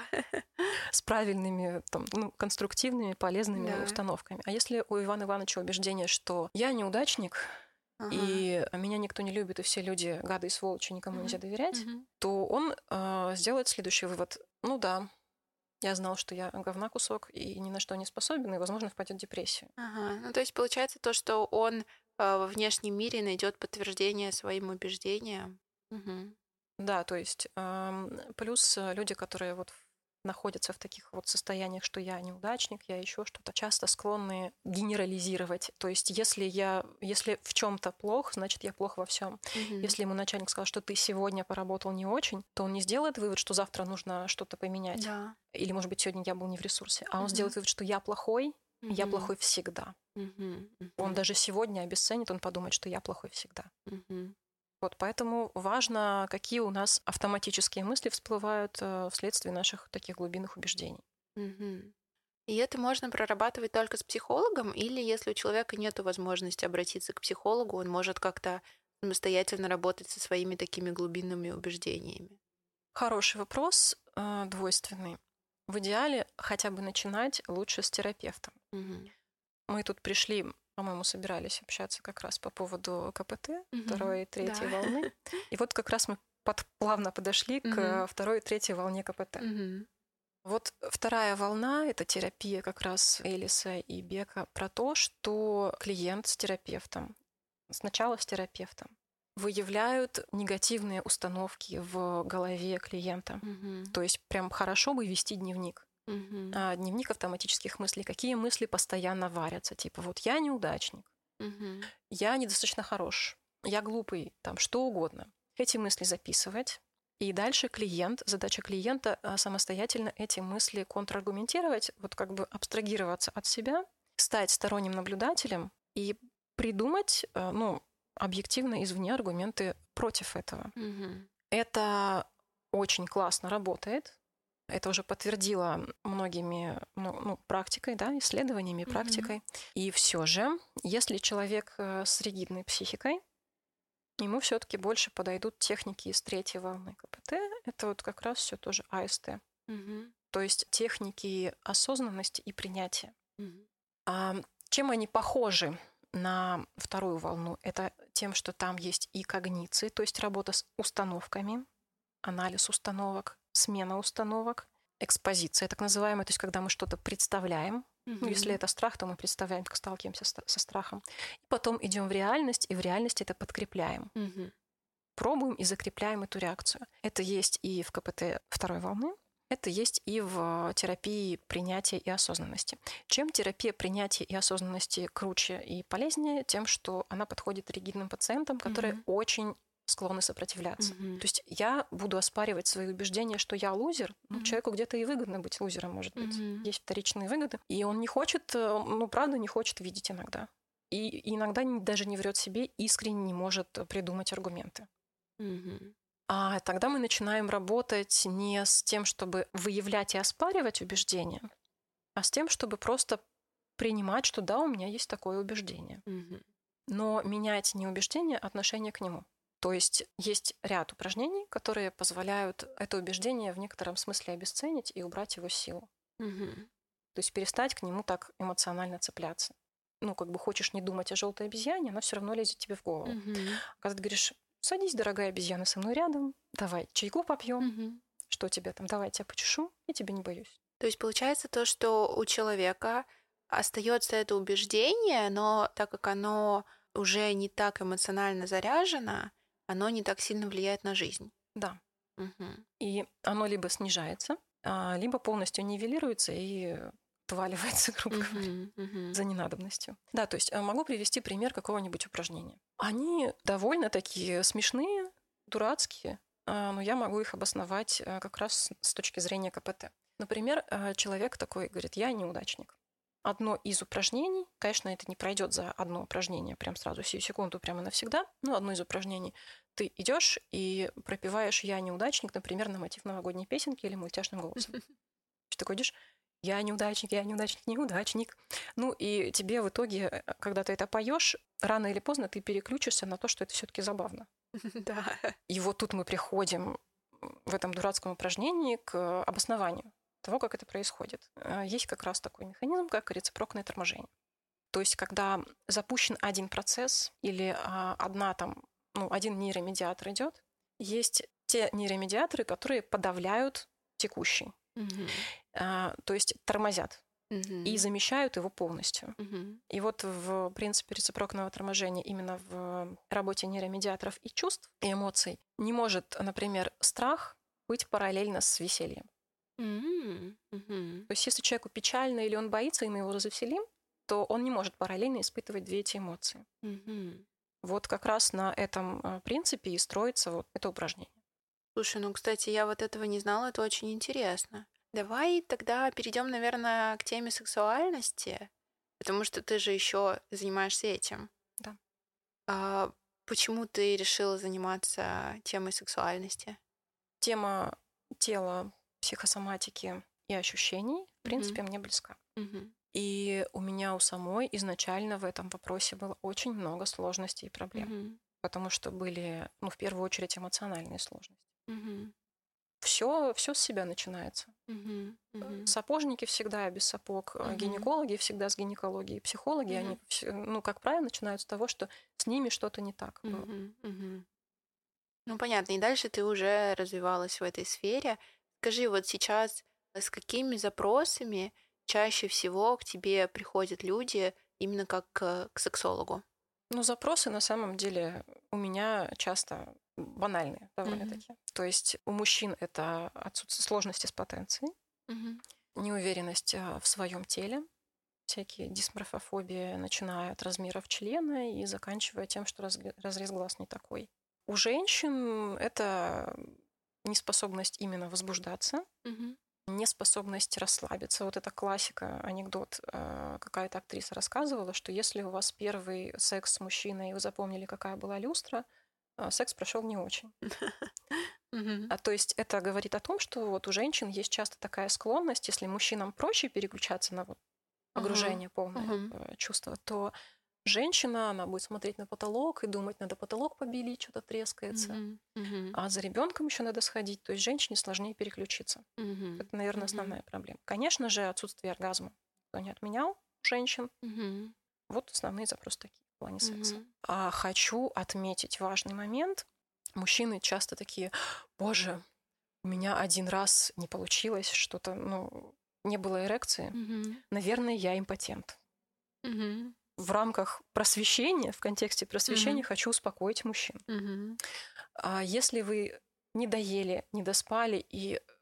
С правильными, там, ну, конструктивными, полезными Да. установками. А если у Ивана Ивановича убеждение, что я неудачник, Ага. и меня никто не любит, и все люди гады и сволочи, никому Мгм. нельзя доверять, Мгм. то он э, сделает следующий вывод. Ну да, я знал, что я говна кусок и ни на что не способен, и, возможно, впадет в депрессию. Ага. Ну, то есть получается то, что он э, во внешнем мире найдет подтверждение своим убеждениям. Мгм. Да, то есть эм, плюс э, люди, которые вот находятся в таких вот состояниях, что я неудачник, я еще что-то, часто склонны генерализировать. То есть если я, если в чем-то плох, значит я плох во всем. Мгм. Если ему начальник сказал, что ты сегодня поработал не очень, то он не сделает вывод, что завтра нужно что-то поменять. Да. Или, может быть, сегодня я был не в ресурсе. А он Мгм. сделает вывод, что я плохой, я Мгм. плохой всегда. Мгм. Он Мгм. даже сегодня обесценит, он подумает, что я плохой всегда. Мгм. Вот, поэтому важно, какие у нас автоматические мысли всплывают э, вследствие наших таких глубинных убеждений. Мгм. И это можно прорабатывать только с психологом, или если у человека нет возможности обратиться к психологу, он может как-то самостоятельно работать со своими такими глубинными убеждениями. Хороший вопрос, э, двойственный. В идеале хотя бы начинать лучше с терапевтом. Мгм. Мы тут пришли, по-моему, собирались общаться как раз по поводу КПТ, Мгм. второй и третьей Да. волны. И вот как раз мы под- плавно подошли Мгм. к второй и третьей волне КПТ. Мгм. Вот вторая волна — это терапия как раз Элиса и Бека про то, что клиент с терапевтом, сначала с терапевтом, выявляют негативные установки в голове клиента. Мгм. То есть прям хорошо бы вести дневник. Мгм. А, дневник автоматических мыслей. Какие мысли постоянно варятся? Типа вот я неудачник, Мгм. я недостаточно хорош, я глупый, там что угодно. Эти мысли записывать. И дальше клиент, задача клиента а, самостоятельно эти мысли контраргументировать, вот как бы абстрагироваться от себя, стать сторонним наблюдателем и придумать, а, ну, объективно извне аргументы против этого. Мгм. Это очень классно работает. Это уже подтвердило многими ну, ну, практикой, да, исследованиями, Мгм. практикой. И все же, если человек э, с ригидной психикой, ему все-таки больше подойдут техники из третьей волны КПТ. Это вот как раз все тоже АСТ. Мгм. То есть техники осознанности и принятия. Мгм. А чем они похожи на вторую волну? Это тем, что там есть и когниции, то есть работа с установками, анализ установок, смена установок, экспозиция так называемая, то есть когда мы что-то представляем. Ну, если Мгм. это страх, то мы представляем, как сталкиваемся с- со страхом. И потом идем в реальность, и в реальности это подкрепляем. Мгм. Пробуем и закрепляем эту реакцию. Это есть и в КПТ второй волны. это есть и в терапии принятия и осознанности. Чем терапия принятия и осознанности круче и полезнее, тем, что она подходит ригидным пациентам, которые mm-hmm. очень склонны сопротивляться. Mm-hmm. То есть я буду оспаривать свои убеждения, что я лузер. Ну, mm-hmm. человеку где-то и выгодно быть лузером, может быть. Mm-hmm. Есть вторичные выгоды. И он не хочет, ну, правда, не хочет видеть иногда. И иногда даже не врет себе, искренне не может придумать аргументы. Mm-hmm. А тогда мы начинаем работать не с тем, чтобы выявлять и оспаривать убеждения, а с тем, чтобы просто принимать, что да, у меня есть такое убеждение. Mm-hmm. Но менять не убеждение, а отношение к нему. То есть есть ряд упражнений, которые позволяют это убеждение в некотором смысле обесценить и убрать его силу. Mm-hmm. То есть перестать к нему так эмоционально цепляться. Ну, как бы хочешь не думать о желтой обезьяне, она все равно лезет тебе в голову. Mm-hmm. Когда ты говоришь: садись, дорогая обезьяна, со мной рядом, давай чайку попьем, mm-hmm. что тебе там, давай я тебя почешу, я тебя не боюсь. То есть получается то, что у человека остается это убеждение, но так как оно уже не так эмоционально заряжено, оно не так сильно влияет на жизнь. Да. Угу. И оно либо снижается, либо полностью нивелируется и отваливается, грубо uh-huh, говоря, uh-huh. за ненадобностью. Да, то есть могу привести пример какого-нибудь упражнения. Они довольно такие смешные, дурацкие, но я могу их обосновать как раз с точки зрения ка пэ тэ. Например, человек такой говорит: я неудачник. Одно из упражнений, конечно, это не пройдет за одно упражнение, прям сразу, сию секунду, прямо навсегда, но одно из упражнений. Ты идешь и пропеваешь «я неудачник», например, на мотив новогодней песенки или мультяшным голосом. Ты такой идешь: я неудачник, я неудачник, неудачник. Ну и тебе в итоге, когда ты это поешь, рано или поздно ты переключишься на то, что это все-таки забавно. Да. И вот тут мы приходим в этом дурацком упражнении к обоснованию того, как это происходит. Есть как раз такой механизм, как рецепрокное торможение. То есть, когда запущен один процесс или одна там, ну, один нейромедиатор идет, есть те нейромедиаторы, которые подавляют текущий. Mm-hmm. А, то есть тормозят mm-hmm. и замещают его полностью. Mm-hmm. И вот в принципе рецепрокного торможения именно в работе нейромедиаторов и чувств, и эмоций не может, например, страх быть параллельно с весельем. Mm-hmm. Mm-hmm. То есть если человеку печально или он боится, и мы его развеселим, то он не может параллельно испытывать две эти эмоции. Mm-hmm. Вот как раз на этом принципе и строится вот это упражнение. Слушай, ну, кстати, я вот этого не знала, это очень интересно. Давай тогда перейдем, наверное, к теме сексуальности, потому что ты же еще занимаешься этим. Да. А почему ты решила заниматься темой сексуальности? Тема тела, психосоматики и ощущений, в принципе, mm-hmm. мне близка. Mm-hmm. И у меня у самой изначально в этом вопросе было очень много сложностей и проблем, mm-hmm. потому что были, ну, в первую очередь, эмоциональные сложности. Mm-hmm. Все, все с себя начинается. Mm-hmm. Mm-hmm. Сапожники всегда без сапог, mm-hmm. гинекологи всегда с гинекологией, психологи, mm-hmm. они, ну, как правило, начинают с того, что с ними что-то не так было. Mm-hmm. Mm-hmm. Ну, понятно. И дальше ты уже развивалась в этой сфере. Скажи, вот сейчас с какими запросами чаще всего к тебе приходят люди именно как к, к сексологу? Ну, запросы на самом деле у меня часто банальные довольно-таки. Mm-hmm. То есть у мужчин это отсутствие сложности с потенцией, mm-hmm. неуверенность в своем теле, всякие дисморфофобии, начиная от размеров члена и заканчивая тем, что разрез глаз не такой. У женщин это неспособность именно возбуждаться, mm-hmm. неспособность расслабиться. Вот это классика, анекдот. Какая-то актриса рассказывала, что если у вас первый секс с мужчиной, и вы запомнили, какая была люстра, секс прошел не очень. Mm-hmm. А то есть это говорит о том, что вот у женщин есть часто такая склонность, если мужчинам проще переключаться на вот погружение uh-huh. полное uh-huh. чувство, то женщина, она будет смотреть на потолок и думать, надо потолок побелить, что-то трескается. Uh-huh. Uh-huh. А за ребенком еще надо сходить. То есть женщине сложнее переключиться. Uh-huh. Это, наверное, основная uh-huh. проблема. Конечно же, отсутствие оргазма никто не отменял у женщин. Uh-huh. Вот основные запросы такие в плане секса. Uh-huh. А хочу отметить важный момент. Мужчины часто такие: боже, у меня один раз не получилось, что-то, ну, не было эрекции. Uh-huh. Наверное, я импотент. Uh-huh. В рамках просвещения, в контексте просвещения, uh-huh. хочу успокоить мужчин. Uh-huh. А если вы не доели, не доспали и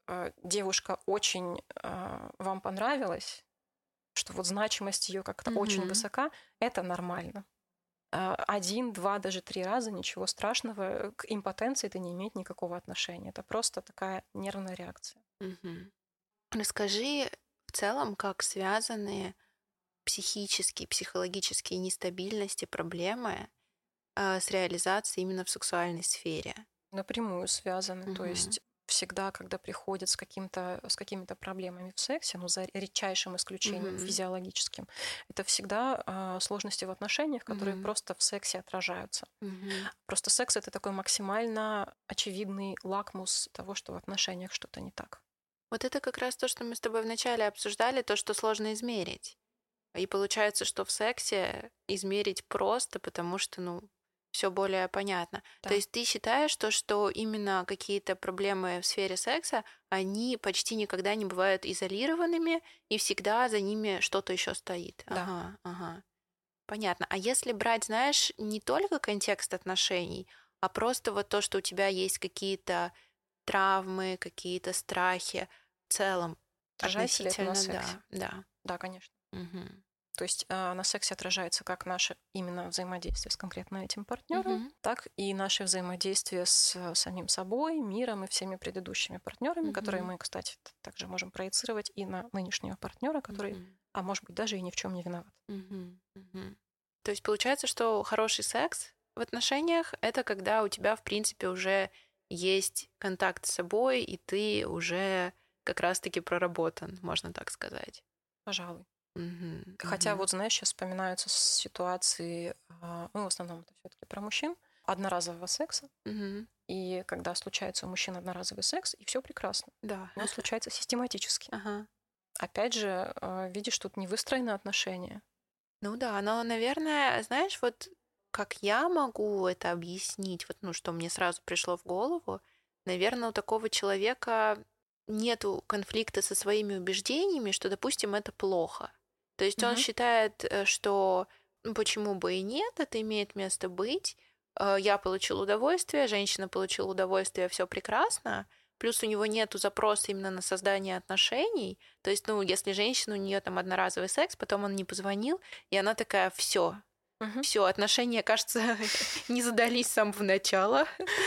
э, девушка очень э, вам понравилась, что вот значимость ее как-то очень Мгм. высока, это нормально. А, Один, два, даже три раза, ничего страшного. К импотенции это не имеет никакого отношения. Это просто такая нервная реакция. Мгм. Расскажи в целом, как связаны психические, психологические нестабильности, проблемы а, с реализацией именно в сексуальной сфере. Напрямую связаны. То Мгм. есть всегда, когда приходят с, каким-то, с какими-то проблемами в сексе, ну, за редчайшим исключением Мгм. физиологическим, это всегда а, сложности в отношениях, которые Мгм. просто в сексе отражаются. Мгм. Просто секс — это такой максимально очевидный лакмус того, что в отношениях что-то не так. Вот это как раз то, что мы с тобой вначале обсуждали, то, что сложно измерить. И получается, что в сексе измерить просто, потому что, ну, все более понятно. То Да. есть ты считаешь то, что именно какие-то проблемы в сфере секса, они почти никогда не бывают изолированными, и всегда за ними что-то еще стоит. Да. Ага, ага. Понятно. А если брать, знаешь, не только контекст отношений, а просто вот то, что у тебя есть какие-то травмы, какие-то страхи в целом Отражается ли это на относительно, сексе? да, да. Да, конечно. Мгм. То есть а, на сексе отражается как наше именно взаимодействие с конкретно этим партнером, Мгм. так и наше взаимодействие с э, самим собой, миром и всеми предыдущими партнерами, которые Мгм. мы, кстати, т- также можем проецировать и на нынешнего партнера, который, Мгм. а может быть, даже и ни в чем не виноват. Мгм. Мгм. То есть получается, что хороший секс в отношениях — это когда у тебя, в принципе, уже есть контакт с собой, и ты уже как раз-таки проработан, можно так сказать. Пожалуй. Мгм. Хотя Мгм. вот, знаешь, сейчас вспоминаются ситуации, а, ну, в основном это все-таки про мужчин, одноразового секса. Мгм. И когда случается у мужчин одноразовый секс, и все прекрасно. Да. Но он случается систематически. Ага. Опять же, а, видишь, тут не выстроены отношения. Ну да, но, наверное, знаешь, вот как я могу это объяснить, вот, ну, что мне сразу пришло в голову, наверное, у такого человека нету конфликта со своими убеждениями, что, допустим, это плохо. То есть он Мгм. считает, э, что ну, почему бы и нет, это имеет место быть. Э, Я получил удовольствие, женщина получила удовольствие, все прекрасно. Плюс у него нету запроса именно на создание отношений. То есть, ну, если женщина, у нее там одноразовый секс, потом он не позвонил, и она такая: все, Мгм. все, отношения, кажется, не задались с самого начала,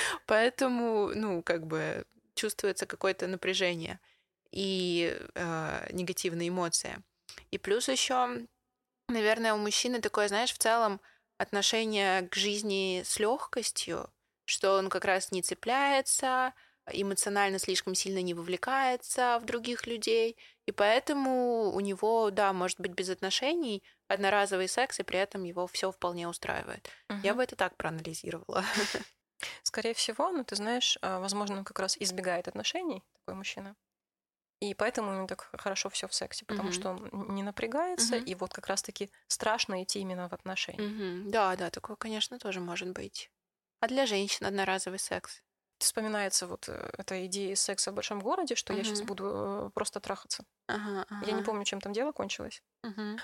поэтому, ну, как бы чувствуется какое-то напряжение и э, негативные эмоции. И плюс еще, наверное, у мужчины такое, знаешь, в целом отношение к жизни с легкостью, что он как раз не цепляется, эмоционально слишком сильно не вовлекается в других людей, и поэтому у него, да, может быть без отношений, одноразовый секс, и при этом его все вполне устраивает. Я Мгм. бы это так проанализировала. Скорее всего, ну, ты знаешь, а, возможно, он как раз избегает отношений, такой мужчина. И поэтому ему так хорошо все в сексе, потому Мгм. что он н- не напрягается, Мгм. и вот как раз-таки страшно идти именно в отношения. Мгм. Да, да, такое, конечно, тоже может быть. А для женщин одноразовый секс? Вспоминается вот э, эта идея секса в большом городе, что я сейчас Мгм. буду э, просто трахаться. Ага, Я не ага. помню, чем там дело кончилось. Мгм.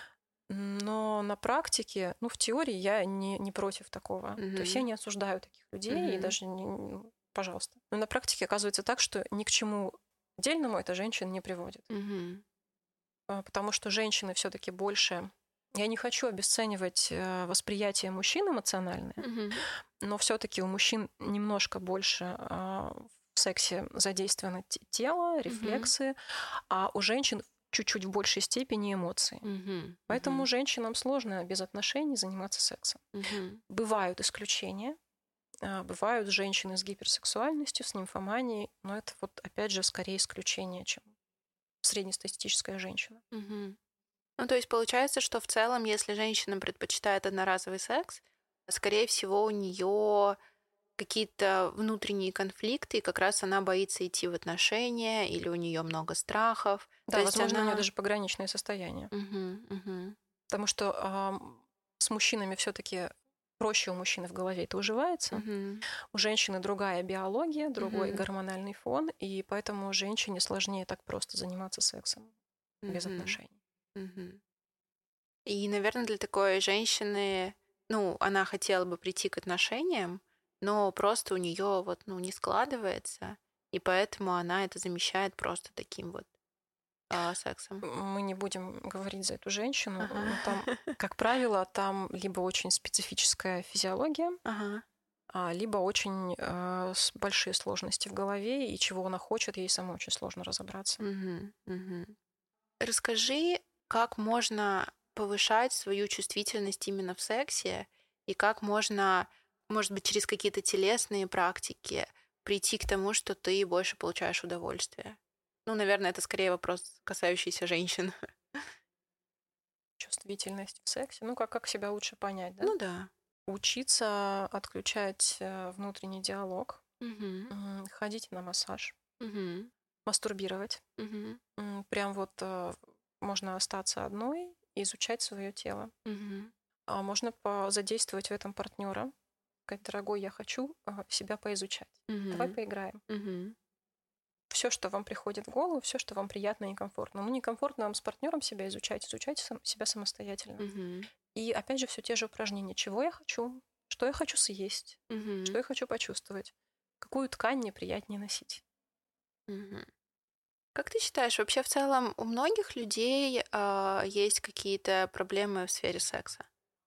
Но на практике, ну, в теории я не, не против такого. То есть я Мгм. не осуждаю таких людей, и Мгм. даже, не, ну, пожалуйста. Но на практике оказывается так, что ни к чему отдельному это женщин не приводит. Мгм. А, Потому что женщины все-таки больше... Я не хочу обесценивать э, восприятие мужчин эмоциональное, Мгм. но все-таки у мужчин немножко больше а, в сексе задействовано т- тело, Мгм. рефлексы, а у женщин чуть-чуть в большей степени эмоции. Мгм. Поэтому Мгм. женщинам сложно без отношений заниматься сексом. Мгм. Бывают исключения, а, бывают женщины с гиперсексуальностью, с нимфоманией, но это вот опять же скорее исключение, чем среднестатистическая женщина. Мгм. Ну, то есть получается, что в целом, если женщина предпочитает одноразовый секс, скорее всего, у нее какие-то внутренние конфликты, и как раз она боится идти в отношения, или у нее много страхов. То Да, есть возможно, у нее она... даже пограничное состояние, Мгм. Мгм. потому что ам, с мужчинами все-таки проще у мужчины в голове это уживается. Мгм. У женщины другая биология, другой Мгм. гормональный фон, и поэтому женщине сложнее так просто заниматься сексом без Мгм. отношений. Мгм. И, наверное, для такой женщины, ну, она хотела бы прийти к отношениям, но просто у нее вот, ну, не складывается. и поэтому она это замещает просто таким вот а, сексом. Мы не будем говорить за эту женщину. Ага. Но там, как правило, там либо очень специфическая физиология, Ага. а, либо очень э, с- большие сложности в голове, и чего она хочет, ей самой очень сложно разобраться. Мгм, мгм. Расскажи, как можно повышать свою чувствительность именно в сексе, и как можно, может быть, через какие-то телесные практики прийти к тому, что ты больше получаешь удовольствие. Ну, наверное, это скорее вопрос, касающийся женщин. Чувствительность в сексе. Ну, как, как себя лучше понять, да? Ну да. Учиться отключать э, внутренний диалог, Мгм, м, ходить на массаж, мгм, мастурбировать. мгм, М, Прям вот э, можно остаться одной и изучать свое тело. мгм, А можно позадействовать в этом партнера. Сказать, дорогой, я хочу а, себя поизучать. Давай мгм, поиграем. мгм, Все, что вам приходит в голову, все, что вам приятно и комфортно. Ну, некомфортно вам с партнером себя изучать, изучайте сам- себя самостоятельно. мгм, И опять же, все те же упражнения. Чего я хочу? Что я хочу съесть? Что мгм, я хочу почувствовать? Какую ткань мне приятнее носить? мгм. Как ты считаешь, вообще в целом у многих людей а, есть какие-то проблемы в сфере секса?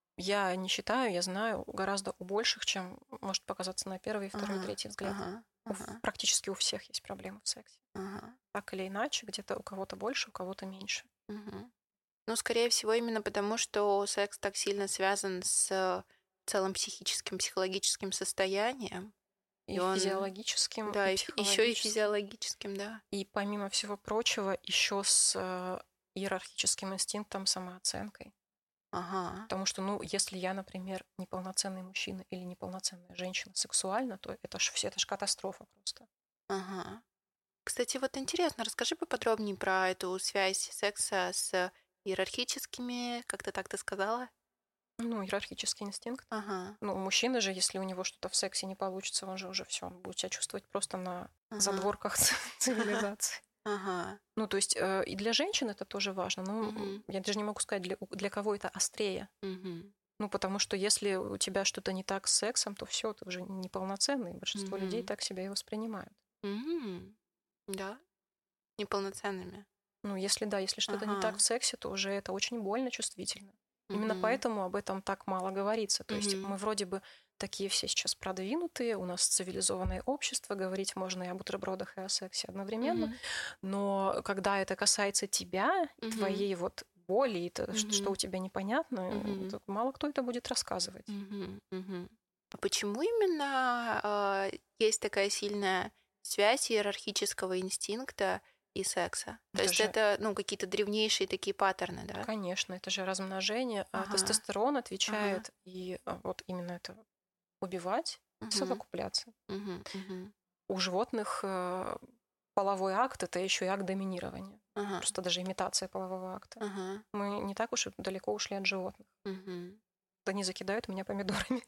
Я не считаю, я знаю гораздо у больших, чем может показаться на первый, второй, Ага, третий взгляд. ага, У в- ага, практически у всех есть проблемы в сексе. ага, Так или иначе, где-то у кого-то больше, у кого-то меньше. мгм. Ну, скорее всего, именно потому, что секс так сильно связан с целым психическим, психологическим состоянием, и И он, физиологическим, да, и еще и психологическим. физиологическим, да. И помимо всего прочего, еще с э, иерархическим инстинктом, самооценкой. Ага, Потому что, ну, если я, например, неполноценный мужчина или неполноценная женщина сексуально, то это ж, все- это ж катастрофа просто. ага. Кстати, вот интересно, расскажи поподробнее про эту связь секса с иерархическими, как-то так ты сказала? Ну, иерархический инстинкт. Ага, Ну, у мужчины же, если у него что-то в сексе не получится, он же уже все, он будет себя чувствовать просто на ага, задворках цивилизации. ага. Ну, то есть э, и для женщин это тоже важно. Ну, Мгм, я даже не могу сказать, для, у- для кого это острее. мгм, Ну, потому что если у тебя что-то не так с сексом, то все, ты уже неполноценный. Большинство людей мгм, так себя и воспринимают. мгм. Да, неполноценными. Ну, если да, если что-то не так в Ага. сексе, то уже это очень больно чувствительно. Именно Мгм, поэтому об этом так мало говорится. То есть мгм, мы вроде бы такие все сейчас продвинутые, у нас цивилизованное общество, говорить можно и о бутербродах, и о сексе одновременно, мгм, но когда это касается тебя, мгм, твоей вот боли, и то, ш- что у мгм, тебя непонятно, э, мгм, то мало кто это будет рассказывать. мгм, мгм. А почему именно а, есть такая сильная связь иерархического инстинкта и секса? То Это есть же, это, ну, какие-то древнейшие такие паттерны, да? конечно, это же размножение, а Ага, тестостерон ага, отвечает и а, вот именно это убивать, мгм, совокупляться. мгм, мгм, У животных э, половой акт это еще и акт доминирования. ага, Просто даже имитация полового акта. ага, Мы не так уж и далеко ушли от животных. мгм. Они закидают меня помидорами.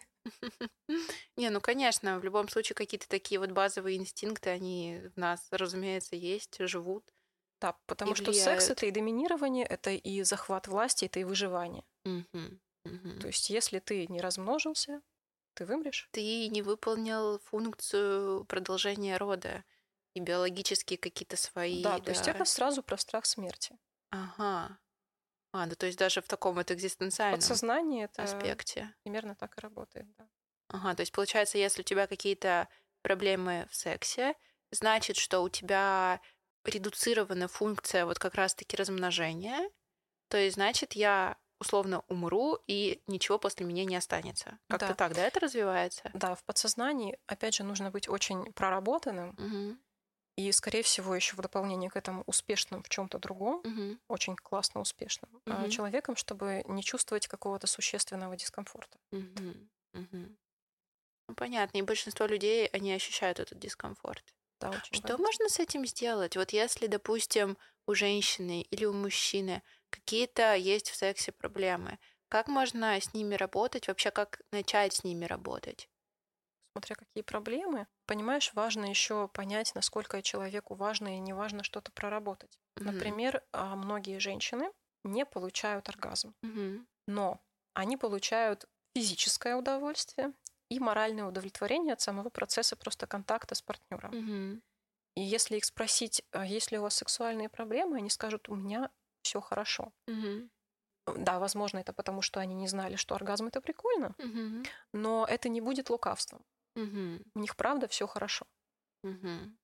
Не, ну, конечно, в любом случае какие-то такие вот базовые инстинкты, они в нас, разумеется, есть, живут Да, и потому что секс влияют. это и доминирование, это и захват власти, это и выживание. Мгм, мгм. То есть если ты не размножился, ты вымрешь. Ты не выполнил функцию продолжения рода и биологические какие-то Да, свои, то есть это да. сразу про страх смерти. Ага. А, ну то есть даже в таком вот экзистенциальном Подсознание это аспекте. примерно так и работает. Да. Ага, то есть получается, если у тебя какие-то проблемы в сексе, значит, что у тебя редуцирована функция вот как раз-таки размножения, то есть значит, я условно умру, и ничего после меня не останется. Как-то Да, так, да, это развивается? да, в подсознании, опять же, нужно быть очень проработанным, Угу, и, скорее всего, еще в дополнение к этому успешным в чем-то другом, угу, очень классно успешным а, угу, человеком, чтобы не чувствовать какого-то существенного дискомфорта. угу, угу. Ну, понятно, и большинство людей, они ощущают этот дискомфорт. Да, очень Что болезненно. можно с этим сделать? Вот если, допустим, у женщины или у мужчины какие-то есть в сексе проблемы, как можно с ними работать? Вообще, как начать с ними работать? Смотря какие проблемы, понимаешь, важно еще понять, насколько человеку важно и не важно что-то проработать. Мгм. Например, а, многие женщины не получают оргазм, Мгм. но они получают физическое удовольствие и моральное удовлетворение от самого процесса просто контакта с партнером. Мгм. И если их спросить, а есть ли у вас сексуальные проблемы, они скажут, у меня все хорошо. Мгм. Да, возможно, это потому, что они не знали, что оргазм это прикольно, Мгм. но это не будет лукавством. Мгм. У них правда все хорошо. Мгм.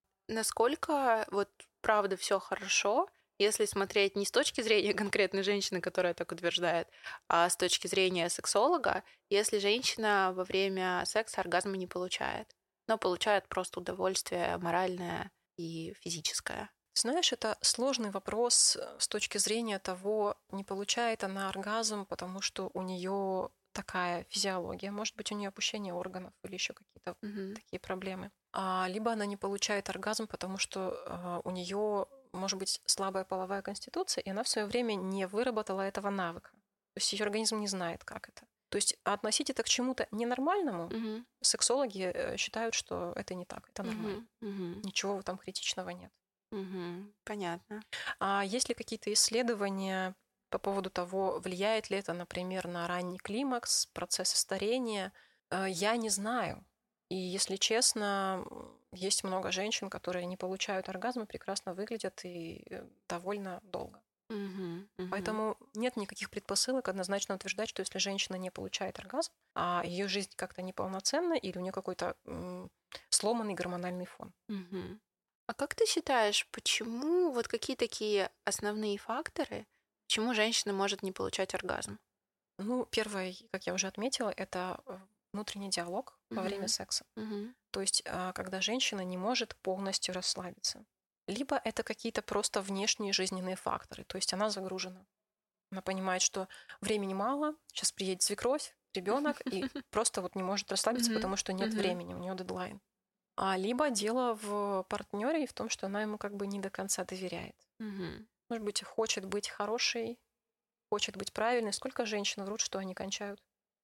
Насколько вот правда все хорошо, если смотреть не с точки зрения конкретной женщины, которая так утверждает, а с точки зрения сексолога, если женщина во время секса оргазма не получает, но получает просто удовольствие моральное и физическое. Знаешь, это сложный вопрос э, с точки зрения того, не получает она оргазм, потому что у нее такая физиология, может быть, у нее опущение органов или еще какие-то Мгм. такие проблемы. А, либо она не получает оргазм, потому что а, у нее может быть слабая половая конституция, и она в свое время не выработала этого навыка. То есть ее организм не знает, как это. То есть относить это к чему-то ненормальному, Мгм. сексологи э, считают, что это не так, это нормально. Мгм. Мгм. Ничего в этом критичного нет. Мгм. Понятно. А есть ли какие-то исследования по поводу того, влияет ли это, например, на ранний климакс, процессы старения? Э, Я не знаю. И, если честно, м, есть много женщин, которые не получают оргазма, прекрасно выглядят и э, довольно долго. Мгм. Мгм. Поэтому нет никаких предпосылок однозначно утверждать, что если женщина не получает оргазм, а ее жизнь как-то неполноценна или у нее какой-то м, сломанный гормональный фон. Мгм. А как ты считаешь, почему вот какие такие основные факторы, почему женщина может не получать оргазм? Ну, первое, как я уже отметила, это э, внутренний диалог во время Мгм. секса. Мгм. То есть, а, когда женщина не может полностью расслабиться. Либо это какие-то просто внешние жизненные факторы. То есть она загружена. Она понимает, что времени мало, сейчас приедет свекровь, ребенок, и просто вот не может расслабиться, Мгм. потому что нет Мгм. времени, у нее дедлайн. А либо дело в партнере и в том, что она ему как бы не до конца доверяет. Мгм. Может быть, хочет быть хорошей, хочет быть правильной. Сколько женщин врут, что они кончают?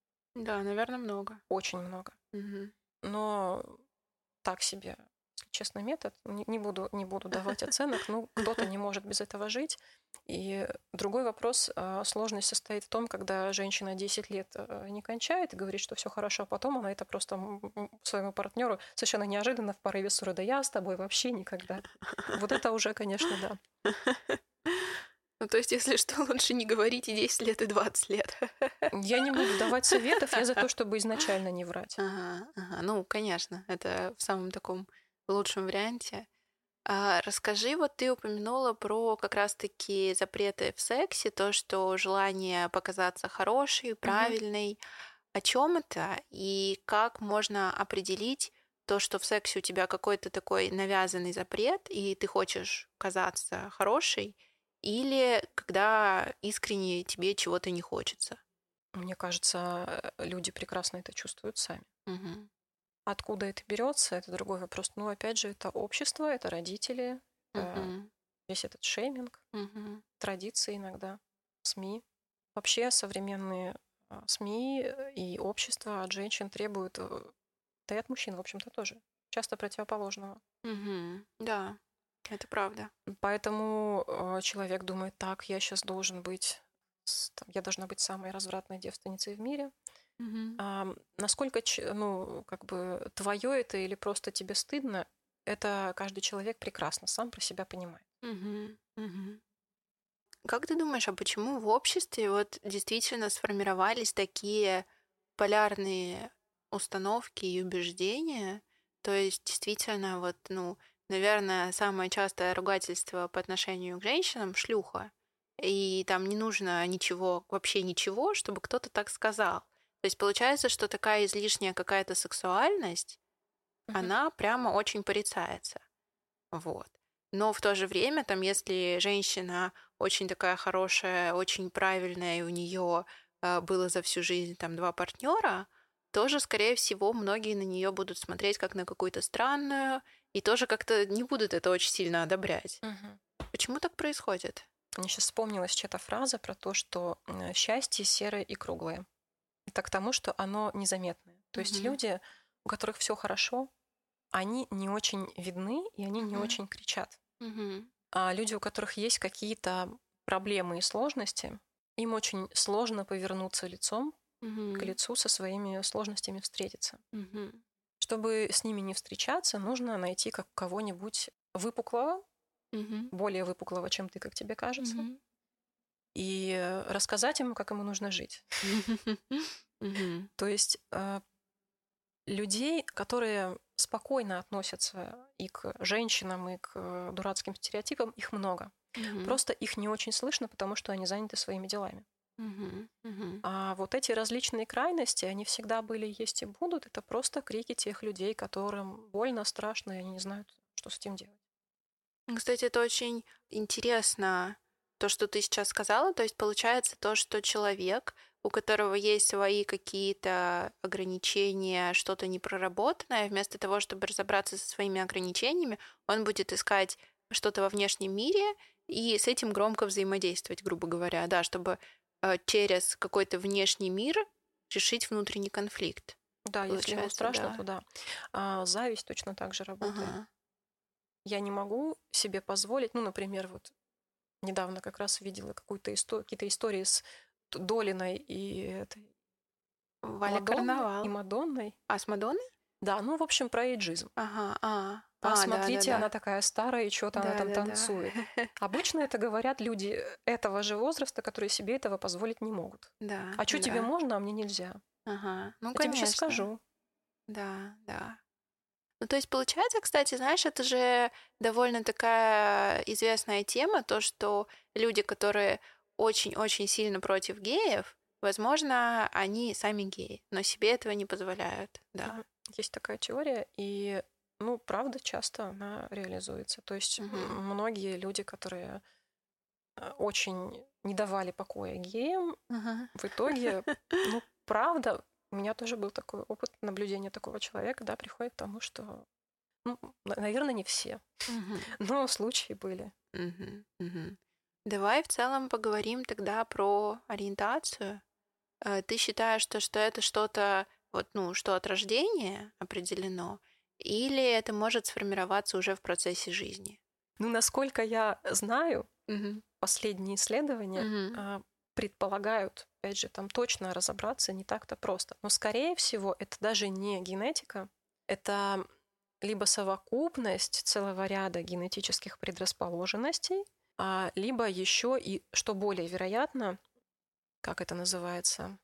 Да, наверное, много. Очень много. Мгм. Но так себе, если честно, метод. Не, не буду, не буду давать оценок. Ну, кто-то не может без этого жить. И другой вопрос, а, сложность состоит в том, когда женщина десять лет а, не кончает и говорит, что все хорошо, а потом она это просто м, м, своему партнеру совершенно неожиданно в порыве ссоры. Да я с тобой вообще никогда. Вот это уже, конечно, да. Ну, то есть, если что, лучше не говорить и десять лет, и двадцать лет. Я не буду давать советов, я за то, чтобы изначально не врать. Ага, ага. Ну, конечно, это в самом таком лучшем варианте. А, расскажи, вот ты упомянула про как раз-таки запреты в сексе, то, что желание показаться хорошей, Мгм. правильной. О чем это и как можно определить то, что в сексе у тебя какой-то такой навязанный запрет, и ты хочешь казаться хорошей, или когда искренне тебе чего-то не хочется? Мне кажется, э, люди прекрасно это чувствуют сами. Мгм. Откуда это берется, это другой вопрос. Ну, опять же, это общество, это родители, это Мгм. весь этот шейминг, Мгм. традиции иногда, СМИ. Вообще современные а, СМИ э, и общество от женщин требуют, э, да и от мужчин, в общем-то, тоже, часто противоположного. Мгм. Да, это правда. Поэтому э, человек думает, так, я сейчас должен быть, с- там, я должна быть самой развратной девственницей в мире. Мгм. А, насколько, ч- ну, как бы, твое это или просто тебе стыдно, это каждый человек прекрасно сам про себя понимает. Мгм. Мгм. Как ты думаешь, а почему в обществе вот действительно сформировались такие полярные установки и убеждения? То есть действительно вот, ну, наверное, самое частое ругательство по отношению к женщинам — шлюха. И там не нужно ничего, вообще ничего, чтобы кто-то так сказал. То есть получается, что такая излишняя какая-то сексуальность, Мгм. она прямо очень порицается. Вот. Но в то же время, там, если женщина очень такая хорошая, очень правильная, и у нее было за всю жизнь там два партнера, тоже, скорее всего, многие на нее будут смотреть как на какую-то странную, и тоже как-то не будут это очень сильно одобрять. Мгм. Почему так происходит? Мне сейчас вспомнилась чья-то фраза про то, что э, счастье серое и круглое. Это к тому, что оно незаметное. То есть Мгм. люди, у которых все хорошо, они не очень видны и они не Мгм. очень кричат. Мгм. А люди, у которых есть какие-то проблемы и сложности, им очень сложно повернуться лицом к Мгм. лицу со своими сложностями встретиться. Мгм. чтобы с ними не встречаться, нужно найти как кого-нибудь выпуклого, Мгм. более выпуклого, чем ты, как тебе кажется, Мгм. и рассказать ему, как ему нужно жить. Мгм. То есть э, людей, которые спокойно относятся и к женщинам, и к дурацким стереотипам, их много. Мгм. Просто их не очень слышно, потому что они заняты своими делами. Мгм. Мгм. А вот эти различные крайности, они всегда были, есть и будут. Это просто крики тех людей, которым больно, страшно, и они не знают, что с этим делать. Кстати, это очень интересно, то, что ты сейчас сказала. То есть получается то, что человек, у которого есть свои какие-то ограничения, что-то непроработанное, вместо того, чтобы разобраться со своими ограничениями, он будет искать что-то во внешнем мире и с этим громко взаимодействовать, грубо говоря, да, чтобы э, через какой-то внешний мир решить внутренний конфликт. Да, если ему Получается, страшно, то да. да. А зависть точно так же работает. Ага. Я не могу себе позволить, ну, например, вот недавно как раз видела какую-то историю, какие-то истории с Т- Долиной и этой Валя Мадонной, и Карнавал. Мадонной. А с Мадонной? Да, ну, в общем, про эйджизм. Ага, а, а, Посмотрите, она да-да-да. такая старая, и что-то она там Да-да-да. танцует. Обычно это говорят люди этого же возраста, которые себе этого позволить не могут. Да, А что тебе да. можно, а мне нельзя? Ага. Ну, Я тебе сейчас конечно. скажу. Да, да. Ну, то есть, получается, кстати, знаешь, это же довольно такая известная тема, то, что люди, которые очень-очень сильно против геев, возможно, они сами геи, но себе этого не позволяют, да. Мгм. Есть такая теория, и, ну, правда, часто она реализуется. То есть Мгм. м, многие люди, которые э, очень не давали покоя геям, Ага. в итоге, ну, правда, у меня тоже был такой опыт наблюдения такого человека, да, приходит к тому, что, ну, наверное, не все, Мгм. но случаи были. Мгм. Мгм. Давай в целом поговорим тогда про ориентацию. Э, Ты считаешь, что, что это что-то, вот, ну, что от рождения определено, или это может сформироваться уже в процессе жизни? Ну, насколько я знаю, Мгм. последние исследования Мгм. а, предполагают, опять же, там точно разобраться не так-то просто. Но, скорее всего, это даже не генетика, это либо совокупность целого ряда генетических предрасположенностей, а, либо еще и, что более вероятно, как это называется,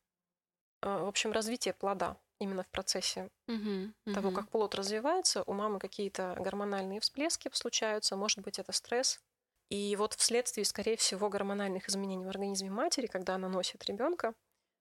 а, в общем, развитие плода именно в процессе Мгм. того, Мгм. как плод развивается, у мамы какие-то гормональные всплески случаются, может быть, это стресс. И вот вследствие, скорее всего, гормональных изменений в организме матери, когда она носит ребенка,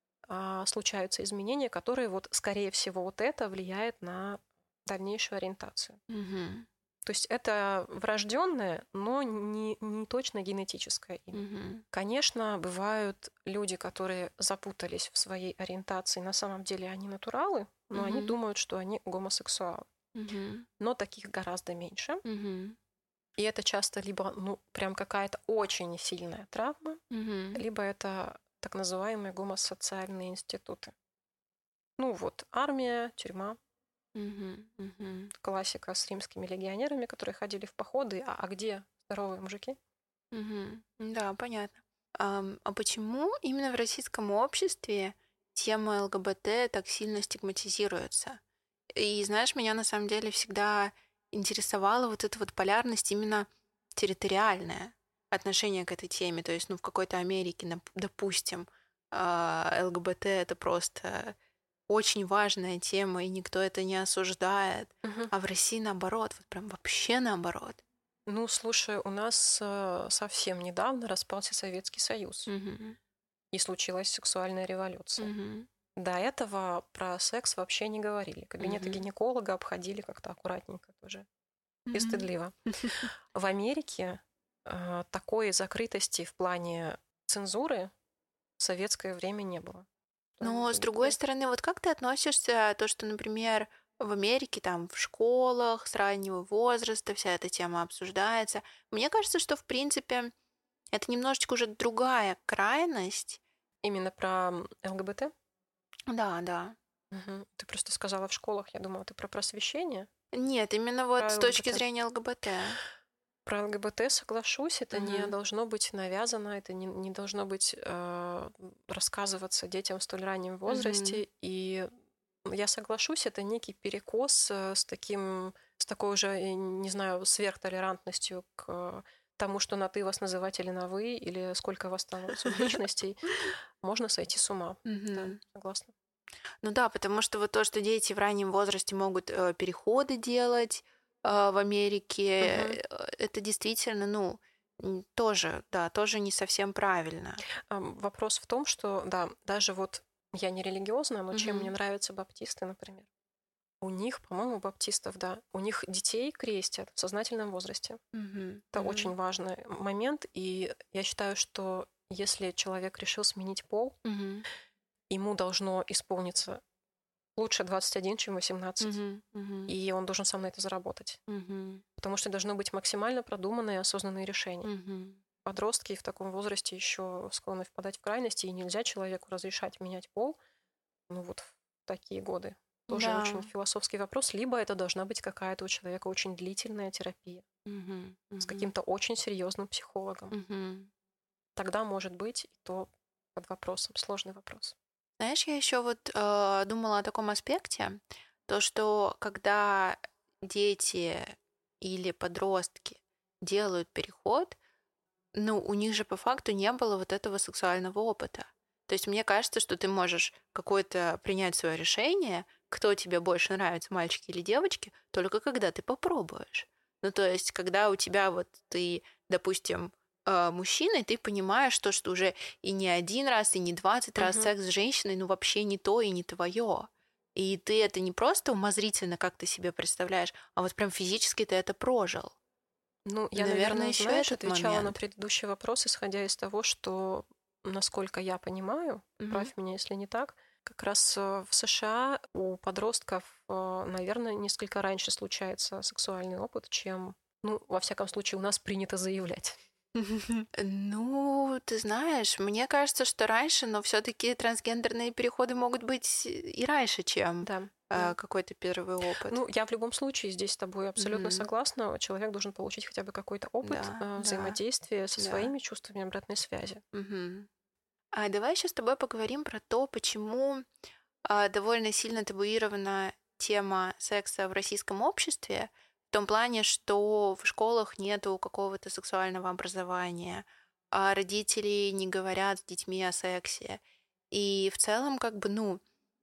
случаются изменения, которые, вот, скорее всего, вот это влияет на дальнейшую ориентацию. Мгм. То есть это врожденное, но не, не точно генетическое именно. Мгм. Конечно, бывают люди, которые запутались в своей ориентации. На самом деле они натуралы, но они Мгм. думают, что они гомосексуалы. Мгм. Но таких гораздо меньше. Мгм. И это часто либо, ну, прям какая-то очень сильная травма, Мгм. либо это так называемые гомосоциальные институты. Ну вот, армия, тюрьма, Мгм. Мгм. классика с римскими легионерами, которые ходили в походы. А, а где здоровые мужики? Мгм. Да, понятно. Ам, а почему именно в российском обществе тема ЛГБТ так сильно стигматизируется? И знаешь, меня на самом деле всегда интересовала вот эта вот полярность именно территориальная отношение к этой теме. То есть, ну, в какой-то Америке, нап- допустим, а, ЛГБТ это просто очень важная тема, и никто это не осуждает. Мгм. А в России наоборот, вот прям вообще наоборот. Ну, слушай, у нас э, совсем недавно распался Советский Союз, Мгм. и случилась сексуальная революция. Мгм. До этого про секс вообще не говорили. Кабинеты Мгм. гинеколога обходили как-то аккуратненько тоже и Мгм. стыдливо. В Америке э, такой закрытости в плане цензуры в советское время не было. Там Но, с другой ЛГБТ. стороны, вот как ты относишься то, что, например, в Америке там в школах с раннего возраста вся эта тема обсуждается? Мне кажется, что, в принципе, это немножечко уже другая крайность. Именно про ЛГБТ? Да, да. Мгм. Ты просто сказала в школах, я думала, ты про просвещение, Нет, именно вот про с точки ЛГБТ. зрения ЛГБТ. Про ЛГБТ соглашусь, это не Мгм. должно быть навязано, это не, не должно быть э, рассказываться детям в столь раннем Мгм. возрасте. И Я соглашусь, это некий перекос э, с таким, с такой уже, я не знаю, сверхтолерантностью к тому, что на «ты» вас называть или на «вы», или сколько вас там субличностей, можно сойти с ума. Да, Мгм. согласна. Ну да, потому что вот то, что дети в раннем возрасте могут э, переходы делать э, в Америке, Мгм. э, это действительно, ну, м, тоже, да, тоже не совсем правильно. Ам, Вопрос в том, что, да, даже вот я не религиозна, но чем мне Мгм. нравятся баптисты, например. У них, по-моему, баптистов, да, у них детей крестят в сознательном возрасте. Мгм. Это Мгм. очень важный момент, и я считаю, что если человек решил сменить пол, Мгм. ему должно исполниться лучше двадцать один, чем восемнадцать. Мгм. Мгм. И он должен сам на это заработать. Мгм. Потому что должно быть максимально продуманные и осознанные решения. Мгм. Подростки в таком возрасте еще склонны впадать в крайности, и нельзя человеку разрешать менять пол, ну вот в такие годы. Тоже очень Да. философский вопрос. Либо это должна быть какая-то у человека очень длительная терапия Мгм. с Мгм. каким-то очень серьезным психологом. Мгм. Тогда может быть, и то под вопросом. Сложный вопрос. Знаешь, я еще вот э, думала о таком аспекте, то, что когда дети или подростки делают переход, ну, у них же по факту не было вот этого сексуального опыта. То есть мне кажется, что ты можешь какое-то принять свое решение, кто тебе больше нравится, мальчики или девочки, только когда ты попробуешь. Ну, то есть, когда у тебя вот ты, допустим, э, мужчина, и ты понимаешь то, что уже и не один раз, и не двадцать раз Мгм. секс с женщиной, ну, вообще не то и не твое. И ты это не просто умозрительно, как ты себе представляешь, а вот прям физически ты это прожил. Ну, И, я, наверное, наверное, еще знаешь, этот отвечала на момент. предыдущий вопрос, исходя из того, что, насколько я понимаю, Мгм. правь меня, если не так, как раз э, в США у подростков, э, наверное, несколько раньше случается сексуальный опыт, чем, ну, во всяком случае, у нас принято заявлять. Ну, ты знаешь, мне кажется, что раньше, но все-таки трансгендерные переходы могут быть и раньше, чем Да, э, да. какой-то первый опыт. Ну, я в любом случае здесь с тобой абсолютно Мгм. согласна. Человек должен получить хотя бы какой-то опыт Да, э, да, взаимодействия со да. своими чувствами обратной связи. Мгм. А давай еще с тобой поговорим про то, почему а, довольно сильно табуирована тема секса в российском обществе, в том плане, что в школах нету какого-то сексуального образования, а родители не говорят с детьми о сексе. И в целом, как бы, ну,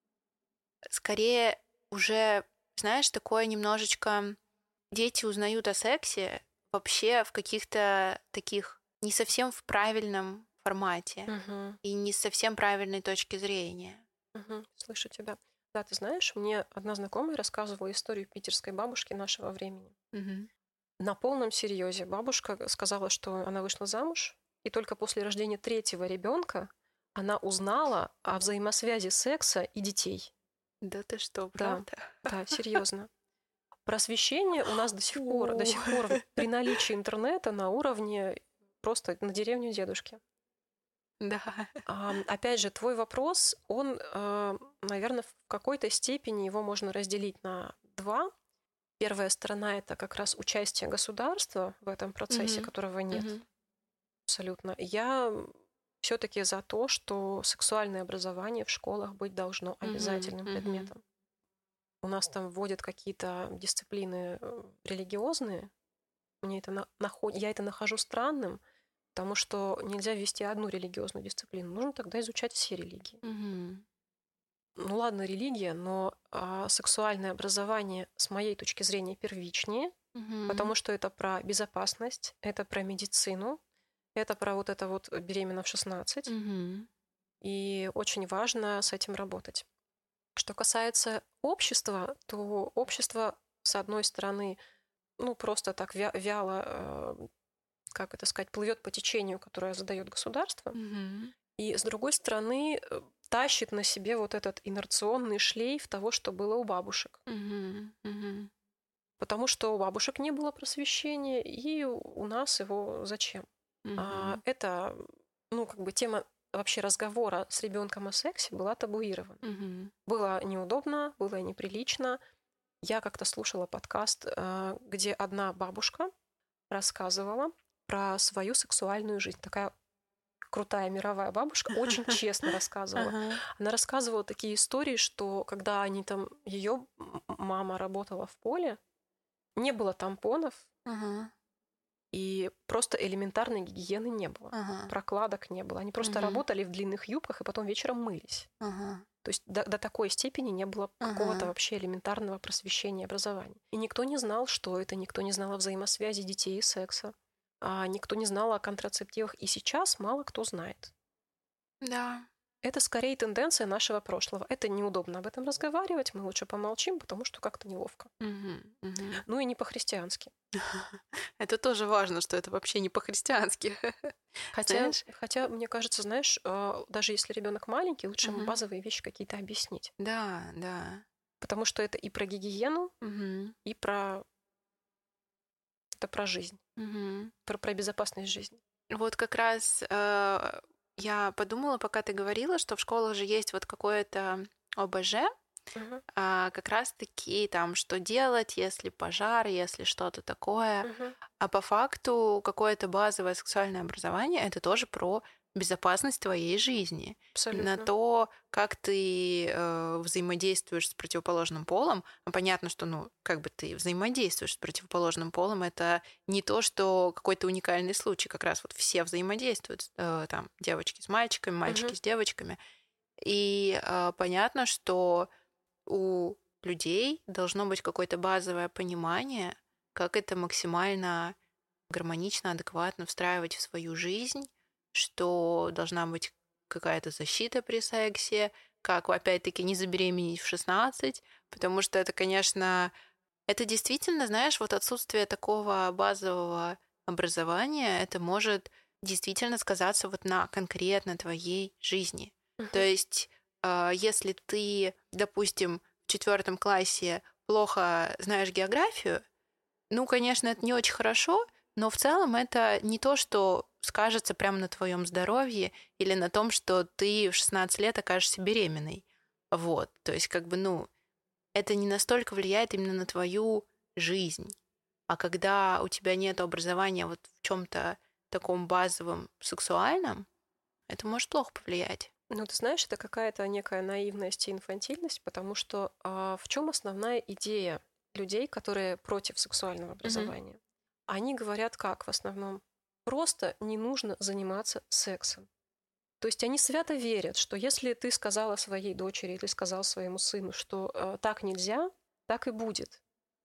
скорее уже, знаешь, такое немножечко дети узнают о сексе вообще в каких-то таких не совсем в правильном формате Мгм. и не совсем правильной точки зрения. Мгм. Слышу тебя. Да, ты знаешь, мне одна знакомая рассказывала историю питерской бабушки нашего времени. Мгм. На полном серьезе бабушка сказала, что она вышла замуж, и только после рождения третьего ребенка она узнала о взаимосвязи секса и детей. Да ты что, Да, правда? да, серьезно. Просвещение у нас до сих пор, до У. сих пор при наличии интернета на уровне просто на деревню дедушки. Да. А, опять же, твой вопрос, он, наверное, в какой-то степени его можно разделить на два. Первая сторона — это как раз участие государства в этом процессе, Мгм. которого нет Мгм. абсолютно. Я все-таки за то, что сексуальное образование в школах быть должно Мгм. обязательным Мгм. предметом. У нас там вводят какие-то дисциплины э, религиозные. Мне это на- наход- Я это нахожу странным, потому что нельзя ввести одну религиозную дисциплину. Нужно тогда изучать все религии. Мгм. Ну ладно, религия, но а, сексуальное образование, с моей точки зрения, первичнее, потому Мгм. что это про безопасность, это про медицину, это про вот это вот беременна в шестнадцать, Мгм. и очень важно с этим работать. Что касается общества, то общество, с одной стороны, ну просто так вя- вяло, э, как это сказать, плывет по течению, которое задает государство, Мгм. и с другой стороны э, тащит на себе вот этот инерционный шлейф того, что было у бабушек. Мгм. Мгм. Потому что у бабушек не было просвещения, и у нас его зачем? А, Мгм. это, ну, как бы тема вообще разговора с ребенком о сексе была табуирована. Мгм. Было неудобно, было неприлично. Я как-то слушала подкаст, а, где одна бабушка рассказывала про свою сексуальную жизнь. Такая крутая мировая бабушка, очень честно рассказывала. Ага. Она рассказывала такие истории, что когда они там, ее мама работала в поле, не было тампонов, Ага. и просто элементарной гигиены не было. Ага. Прокладок не было. Они просто Мгм. работали в длинных юбках и потом вечером мылись. Ага. То есть до, до такой степени не было какого-то Ага. вообще элементарного просвещения и образования. И никто не знал, что это, никто не знал о взаимосвязи детей и секса, а никто не знал о контрацептивах. И сейчас мало кто знает. Да. Это скорее тенденция нашего прошлого. Это неудобно об этом разговаривать, мы лучше помолчим, потому что как-то неловко. Мгм. Мгм. Ну и не по-христиански. Это тоже важно, что это вообще не по-христиански. Хотя, Знаешь? хотя, мне кажется, знаешь, э, даже если ребенок маленький, лучше ему Мгм. базовые вещи какие-то объяснить. Да, да. Потому что это и про гигиену, Мгм. и про, это про жизнь, Мгм. про, про безопасность жизни. Вот как раз э, я подумала, пока ты говорила, что в школах же есть вот какое-то О Б Ж, Мгм. а, как раз-таки там, что делать, если пожар, если что-то такое. Мгм. А по факту какое-то базовое сексуальное образование — это тоже про безопасность твоей жизни. На Абсолютно. то, как ты э, взаимодействуешь с противоположным полом. А понятно, что, ну, как бы ты взаимодействуешь с противоположным полом, это не то, что какой-то уникальный случай. Как раз вот все взаимодействуют, э, там, девочки с мальчиками, мальчики Мгм. с девочками. И э, понятно, что у людей должно быть какое-то базовое понимание, как это максимально гармонично, адекватно встраивать в свою жизнь, что должна быть какая-то защита при сексе, как, опять-таки, не забеременеть в шестнадцать, потому что это, конечно, это действительно, знаешь, вот отсутствие такого базового образования, это может действительно сказаться вот на конкретно твоей жизни. То Мгм. есть, а, если ты, допустим, в четвертом классе плохо знаешь географию, ну, конечно, это не очень хорошо, но в целом это не то, что скажется прямо на твоем здоровье или на том, что ты в шестнадцать лет окажешься беременной. Вот, то есть как бы, ну, это не настолько влияет именно на твою жизнь. А когда у тебя нет образования вот в чем-то таком базовом сексуальном, это может плохо повлиять. Ну, ты знаешь, это какая-то некая наивность и инфантильность, потому что а, в чем основная идея людей, которые против сексуального Мгм. образования? Они говорят как в основном? Просто не нужно заниматься сексом. То есть они свято верят, что если ты сказала своей дочери или сказал своему сыну, что э, так нельзя, так и будет.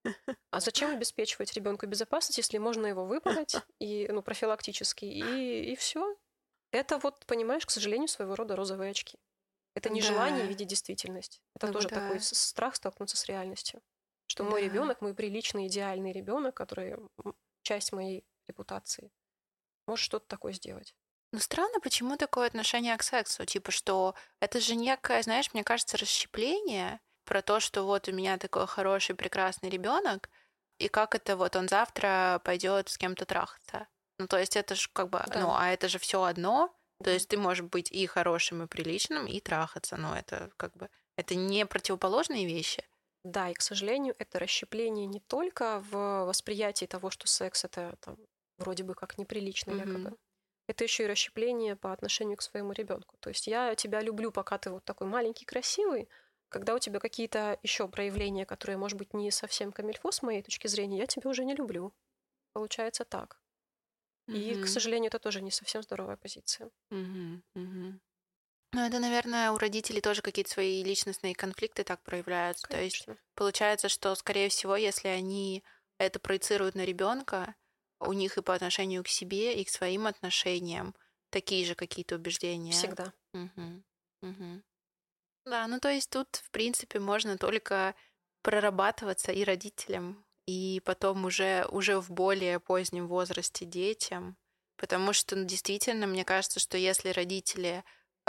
А зачем обеспечивать ребенку безопасность, если можно его выпороть и, ну, профилактически, и, и все? Это вот, понимаешь, к сожалению, своего рода розовые очки. Это нежелание Да, видеть действительность. Это ну тоже такой да, с- страх столкнуться с реальностью. Что мой да. ребенок, мой приличный, идеальный ребенок, который м, часть моей репутации, может что-то такое сделать. Ну, странно, почему такое отношение к сексу? Типа, что это же некое, знаешь, мне кажется, расщепление про то, что вот у меня такой хороший, прекрасный ребенок, и как это вот он завтра пойдет с кем-то трахаться. Ну, то есть это же как бы, ну, Да. а это же все одно. То Мгм. есть ты можешь быть и хорошим, и приличным, и трахаться. Но это как бы, это не противоположные вещи. Да, и, к сожалению, это расщепление не только в восприятии того, что секс это там вроде бы как неприлично Мгм. якобы. Это еще и расщепление по отношению к своему ребенку. То есть я тебя люблю, пока ты вот такой маленький, красивый. Когда у тебя какие-то еще проявления, которые, может быть, не совсем камильфо с моей точки зрения, я тебя уже не люблю. Получается так. И, к Мгм. сожалению, это тоже не совсем здоровая позиция. Мгм. Мгм. Ну, это, наверное, у родителей тоже какие-то свои личностные конфликты так проявляются. То есть Конечно. получается, что, скорее всего, если они это проецируют на ребенка, у них и по отношению к себе, и к своим отношениям такие же какие-то убеждения. Всегда. Мгм. Мгм. Да, ну то есть тут, в принципе, можно только прорабатываться и родителям, и потом уже, уже в более позднем возрасте детям, потому что ну, действительно, мне кажется, что если родители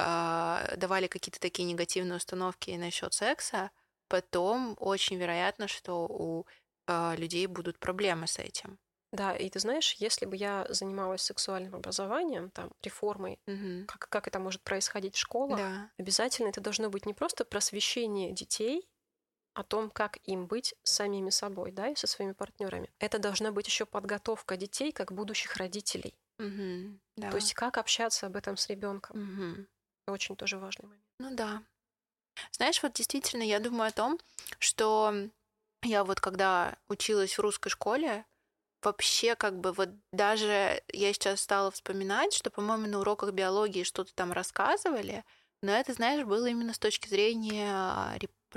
а, давали какие-то такие негативные установки насчет секса, потом очень вероятно, что у а, людей будут проблемы с этим. Да, и ты знаешь, если бы я занималась сексуальным образованием, там, реформой, Мгм. как, как это может происходить в школах, Да. обязательно это должно быть не просто просвещение детей о том, как им быть с самими собой, да, и со своими партнерами. Это должна быть еще подготовка детей как будущих родителей. Мгм. То Да. есть как общаться об этом с ребенком? Мгм. Очень тоже важный момент. Ну да. Знаешь, вот действительно, я думаю о том, что я вот когда училась в русской школе, вообще как бы вот даже я сейчас стала вспоминать, что, по-моему, на уроках биологии что-то там рассказывали, но это, знаешь, было именно с точки зрения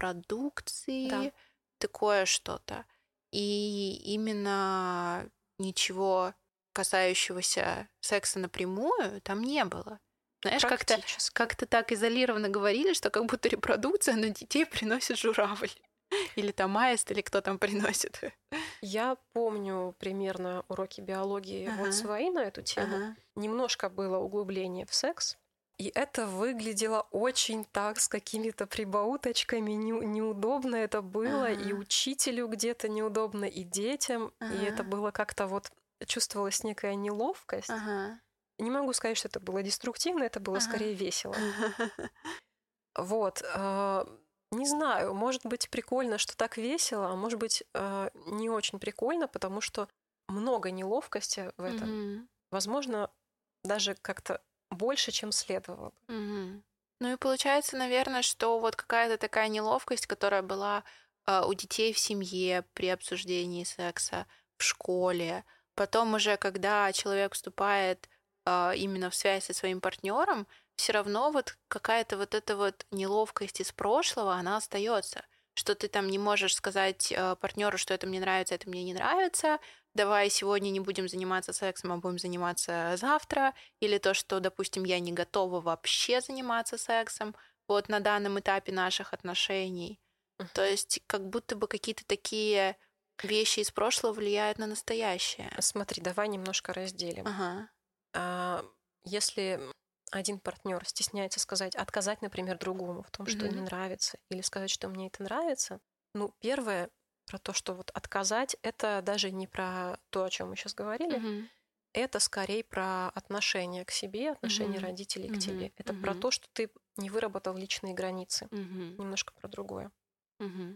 Да. репродукции, такое что-то. И именно ничего касающегося секса напрямую там не было. Знаешь, как-то Практически. как-то так изолированно говорили, что как будто репродукция на детей приносит журавль. Или там аист, или кто там приносит. Я помню примерно уроки биологии вот Ага, свои на эту тему. ага, Немножко было углубление в секс. И это выглядело очень так, с какими-то прибауточками. Не- неудобно это было. И ага, учителю где-то неудобно, и детям. И это ага, было как-то вот... Чувствовалась некая неловкость. ага, Не могу сказать, что это было деструктивно, это было ага. скорее весело. Вот. э, Не знаю, может быть, прикольно, что так весело, а может быть, э, не очень прикольно, потому что много неловкости в этом. Мгм, Возможно, даже как-то больше, чем следовало бы. мгм. Ну и получается, наверное, что вот какая-то такая неловкость, которая была а, у детей в семье при обсуждении секса, в школе, потом уже, когда человек вступает а, именно в связь со своим партнером, все равно вот какая-то вот эта вот неловкость из прошлого, она остается, что ты там не можешь сказать партнеру, что это мне нравится, это мне не нравится, давай сегодня не будем заниматься сексом, а будем заниматься завтра, или то, что, допустим, я не готова вообще заниматься сексом вот на данном этапе наших отношений. То Мгм. есть как будто бы какие-то такие вещи из прошлого влияют на настоящее. Смотри, давай немножко разделим. Ага. А, Если один партнер стесняется сказать, отказать, например, другому в том, что не Мгм. нравится, или сказать, что мне это нравится, ну, первое, про то, что вот отказать, это даже не про то, о чем мы сейчас говорили, Мгм. это скорее про отношение к себе, отношение Мгм. родителей к тебе. Мгм. Это про Мгм. то, что ты не выработал личные границы. Мгм. Немножко про другое. Мгм.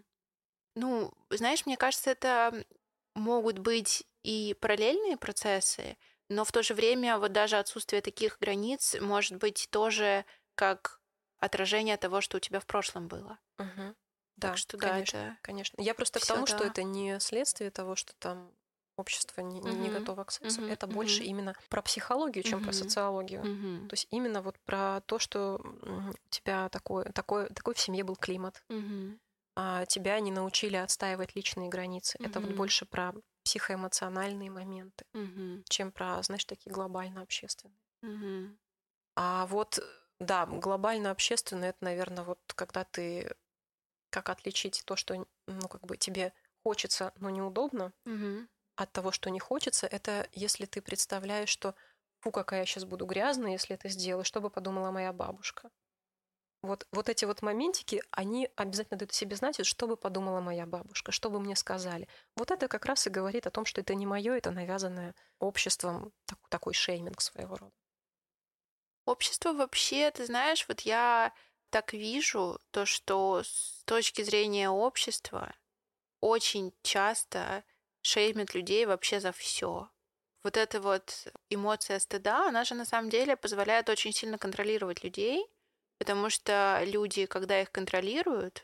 Ну, знаешь, мне кажется, это могут быть и параллельные процессы, но в то же время вот даже отсутствие таких границ может быть тоже как отражение того, что у тебя в прошлом было. Мгм. Так Да, что да, конечно, это конечно. Я просто к все тому, что да. это не следствие того, что там общество не, не- не Мгм. готово к сексу. Мгм. Это больше Мгм. именно про психологию, чем про Мгм. социологию. Мгм. То есть именно вот про то, что м, у тебя такой, такой, такой в семье был климат, Мгм. а тебя не научили отстаивать личные границы. Это вот Мгм. больше про психоэмоциональные моменты, Мгм. чем про, знаешь, такие глобально общественные. Мгм. А вот, да, глобально общественные, это, наверное, вот когда ты как отличить то, что, ну, как бы тебе хочется, но неудобно, Мгм. от того, что не хочется, это если ты представляешь, что фу, какая я сейчас буду грязная, если это сделаю, что бы подумала моя бабушка. Вот, вот эти вот моментики, они обязательно дают себе знать, что бы подумала моя бабушка, что бы мне сказали. Вот это как раз и говорит о том, что это не мое, это навязанное обществом так- такой шейминг своего рода. Общество вообще, ты знаешь, вот я так вижу то, что с точки зрения общества очень часто шеймят людей вообще за все. Вот эта вот эмоция стыда, она же на самом деле позволяет очень сильно контролировать людей, потому что люди, когда их контролируют,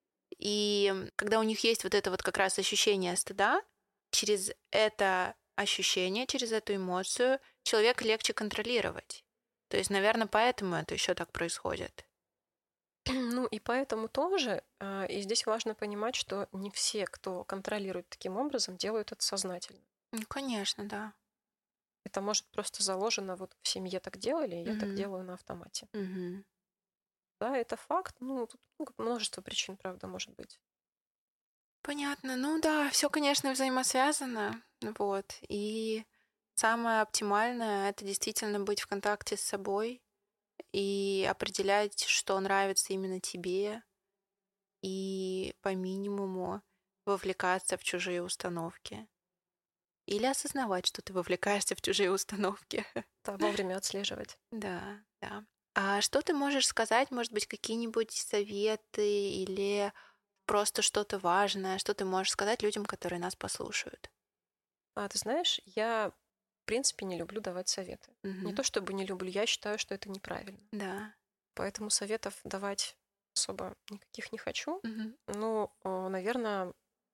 и когда у них есть вот это вот как раз ощущение стыда, через это ощущение, через эту эмоцию человека легче контролировать. То есть, наверное, поэтому это еще так происходит. Ну и поэтому тоже, а, и здесь важно понимать, что не все, кто контролирует таким образом, делают это сознательно. Ну, конечно, да. Это может просто заложено вот в семье так делали, и я так Мгм. делаю на автомате. Мгм. Да, это факт. Ну, тут ну, как множество причин, правда, может быть. Понятно. Ну да, все, конечно, взаимосвязано. Вот. И самое оптимальное это действительно быть в контакте с собой и определять, что нравится именно тебе, и по минимуму вовлекаться в чужие установки. Или осознавать, что ты вовлекаешься в чужие установки. Да, вовремя отслеживать. Да, да. А что ты можешь сказать, может быть, какие-нибудь советы или просто что-то важное, что ты можешь сказать людям, которые нас послушают? А ты знаешь, я в принципе, не люблю давать советы. Мгм. Не то чтобы не люблю, я считаю, что это неправильно. Да. Поэтому советов давать особо никаких не хочу. Мгм. Ну, наверное,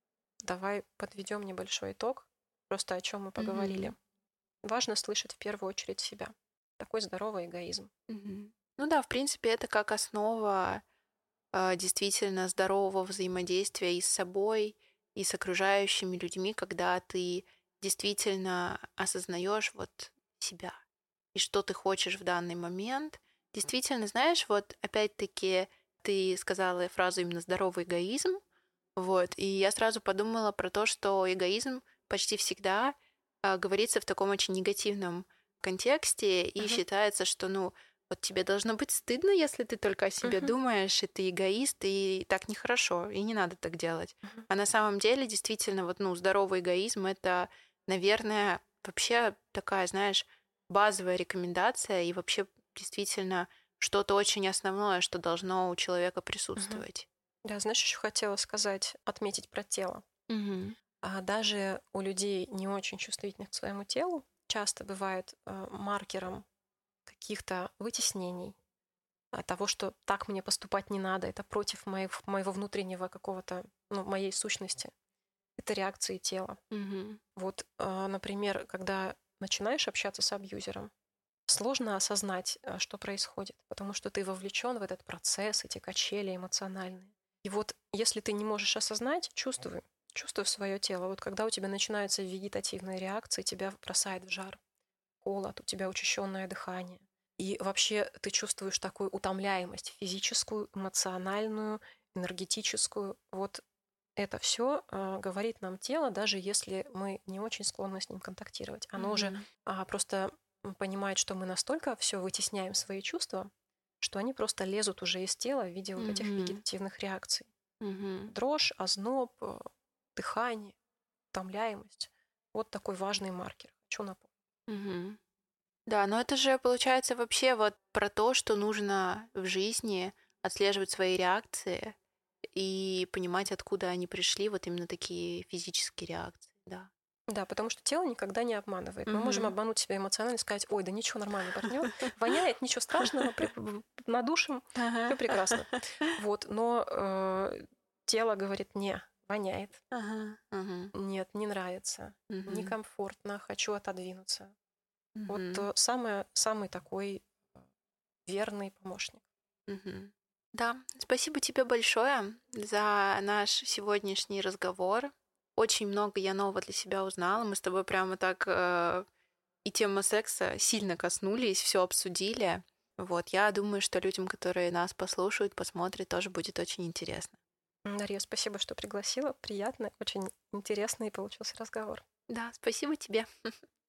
давай подведем небольшой итог. Просто о чем мы поговорили. Мгм. Важно слышать в первую очередь себя. Такой здоровый эгоизм. Мгм. Ну да, в принципе, это как основа а, действительно здорового взаимодействия и с собой, и с окружающими людьми, когда ты действительно осознаешь вот себя и что ты хочешь в данный момент. Действительно, знаешь, вот опять-таки ты сказала фразу именно здоровый эгоизм, вот, и я сразу подумала про то, что эгоизм почти всегда а, говорится в таком очень негативном контексте, и Мгм. считается, что, ну, вот тебе должно быть стыдно, если ты только о себе Мгм. думаешь, и ты эгоист, и так нехорошо, и не надо так делать. Мгм. А на самом деле, действительно, вот, ну, здоровый эгоизм — это, наверное, вообще такая, знаешь, базовая рекомендация, и вообще действительно что-то очень основное, что должно у человека Мгм. присутствовать. Да, знаешь, еще хотела сказать, отметить про тело. Мгм. А даже у людей не очень чувствительных к своему телу часто бывает э, маркером каких-то вытеснений, а, того, что так мне поступать не надо, это против моего, моего внутреннего какого-то, ну, моей сущности. Это реакции тела. Мгм. Вот, а, например, когда начинаешь общаться с абьюзером, сложно осознать, а, что происходит, потому что ты вовлечен в этот процесс, эти качели эмоциональные. И вот если ты не можешь осознать, чувствуй, чувствуй свое тело. Вот когда у тебя начинаются вегетативные реакции, тебя бросает в жар, холод, у тебя учащенное дыхание. И вообще ты чувствуешь такую утомляемость физическую, эмоциональную, энергетическую. Вот это все говорит нам тело, даже если мы не очень склонны с ним контактировать. Оно уже Мгм. а, просто понимает, что мы настолько все вытесняем свои чувства, что они просто лезут уже из тела в виде вот этих Мгм. вегетативных реакций. Мгм. Дрожь, озноб, э, дыхание, утомляемость. Вот такой важный маркер. Хочу напомнить. Мгм. Да, но это же получается вообще вот про то, что нужно в жизни отслеживать свои реакции и понимать, откуда они пришли, вот именно такие физические реакции, да. Да, потому что тело никогда не обманывает. Мы можем Мгм. обмануть себя эмоционально и сказать, ой, да ничего, нормальный партнер, воняет, ничего страшного, при- в- надушим, все Ага. прекрасно. Вот, но э, тело говорит, не, воняет, Ага. Мгм. нет, не нравится, Мгм. некомфортно, хочу отодвинуться. Вот Мгм. э, самое, самый такой э, верный помощник. Мгм. Да, спасибо тебе большое за наш сегодняшний разговор. Очень много я нового для себя узнала. Мы с тобой прямо так э, и тема секса сильно коснулись, все обсудили. Вот, я думаю, что людям, которые нас послушают, посмотрят, тоже будет очень интересно. М, Дарья, спасибо, что пригласила. Приятно, очень интересный получился разговор. Да, спасибо тебе.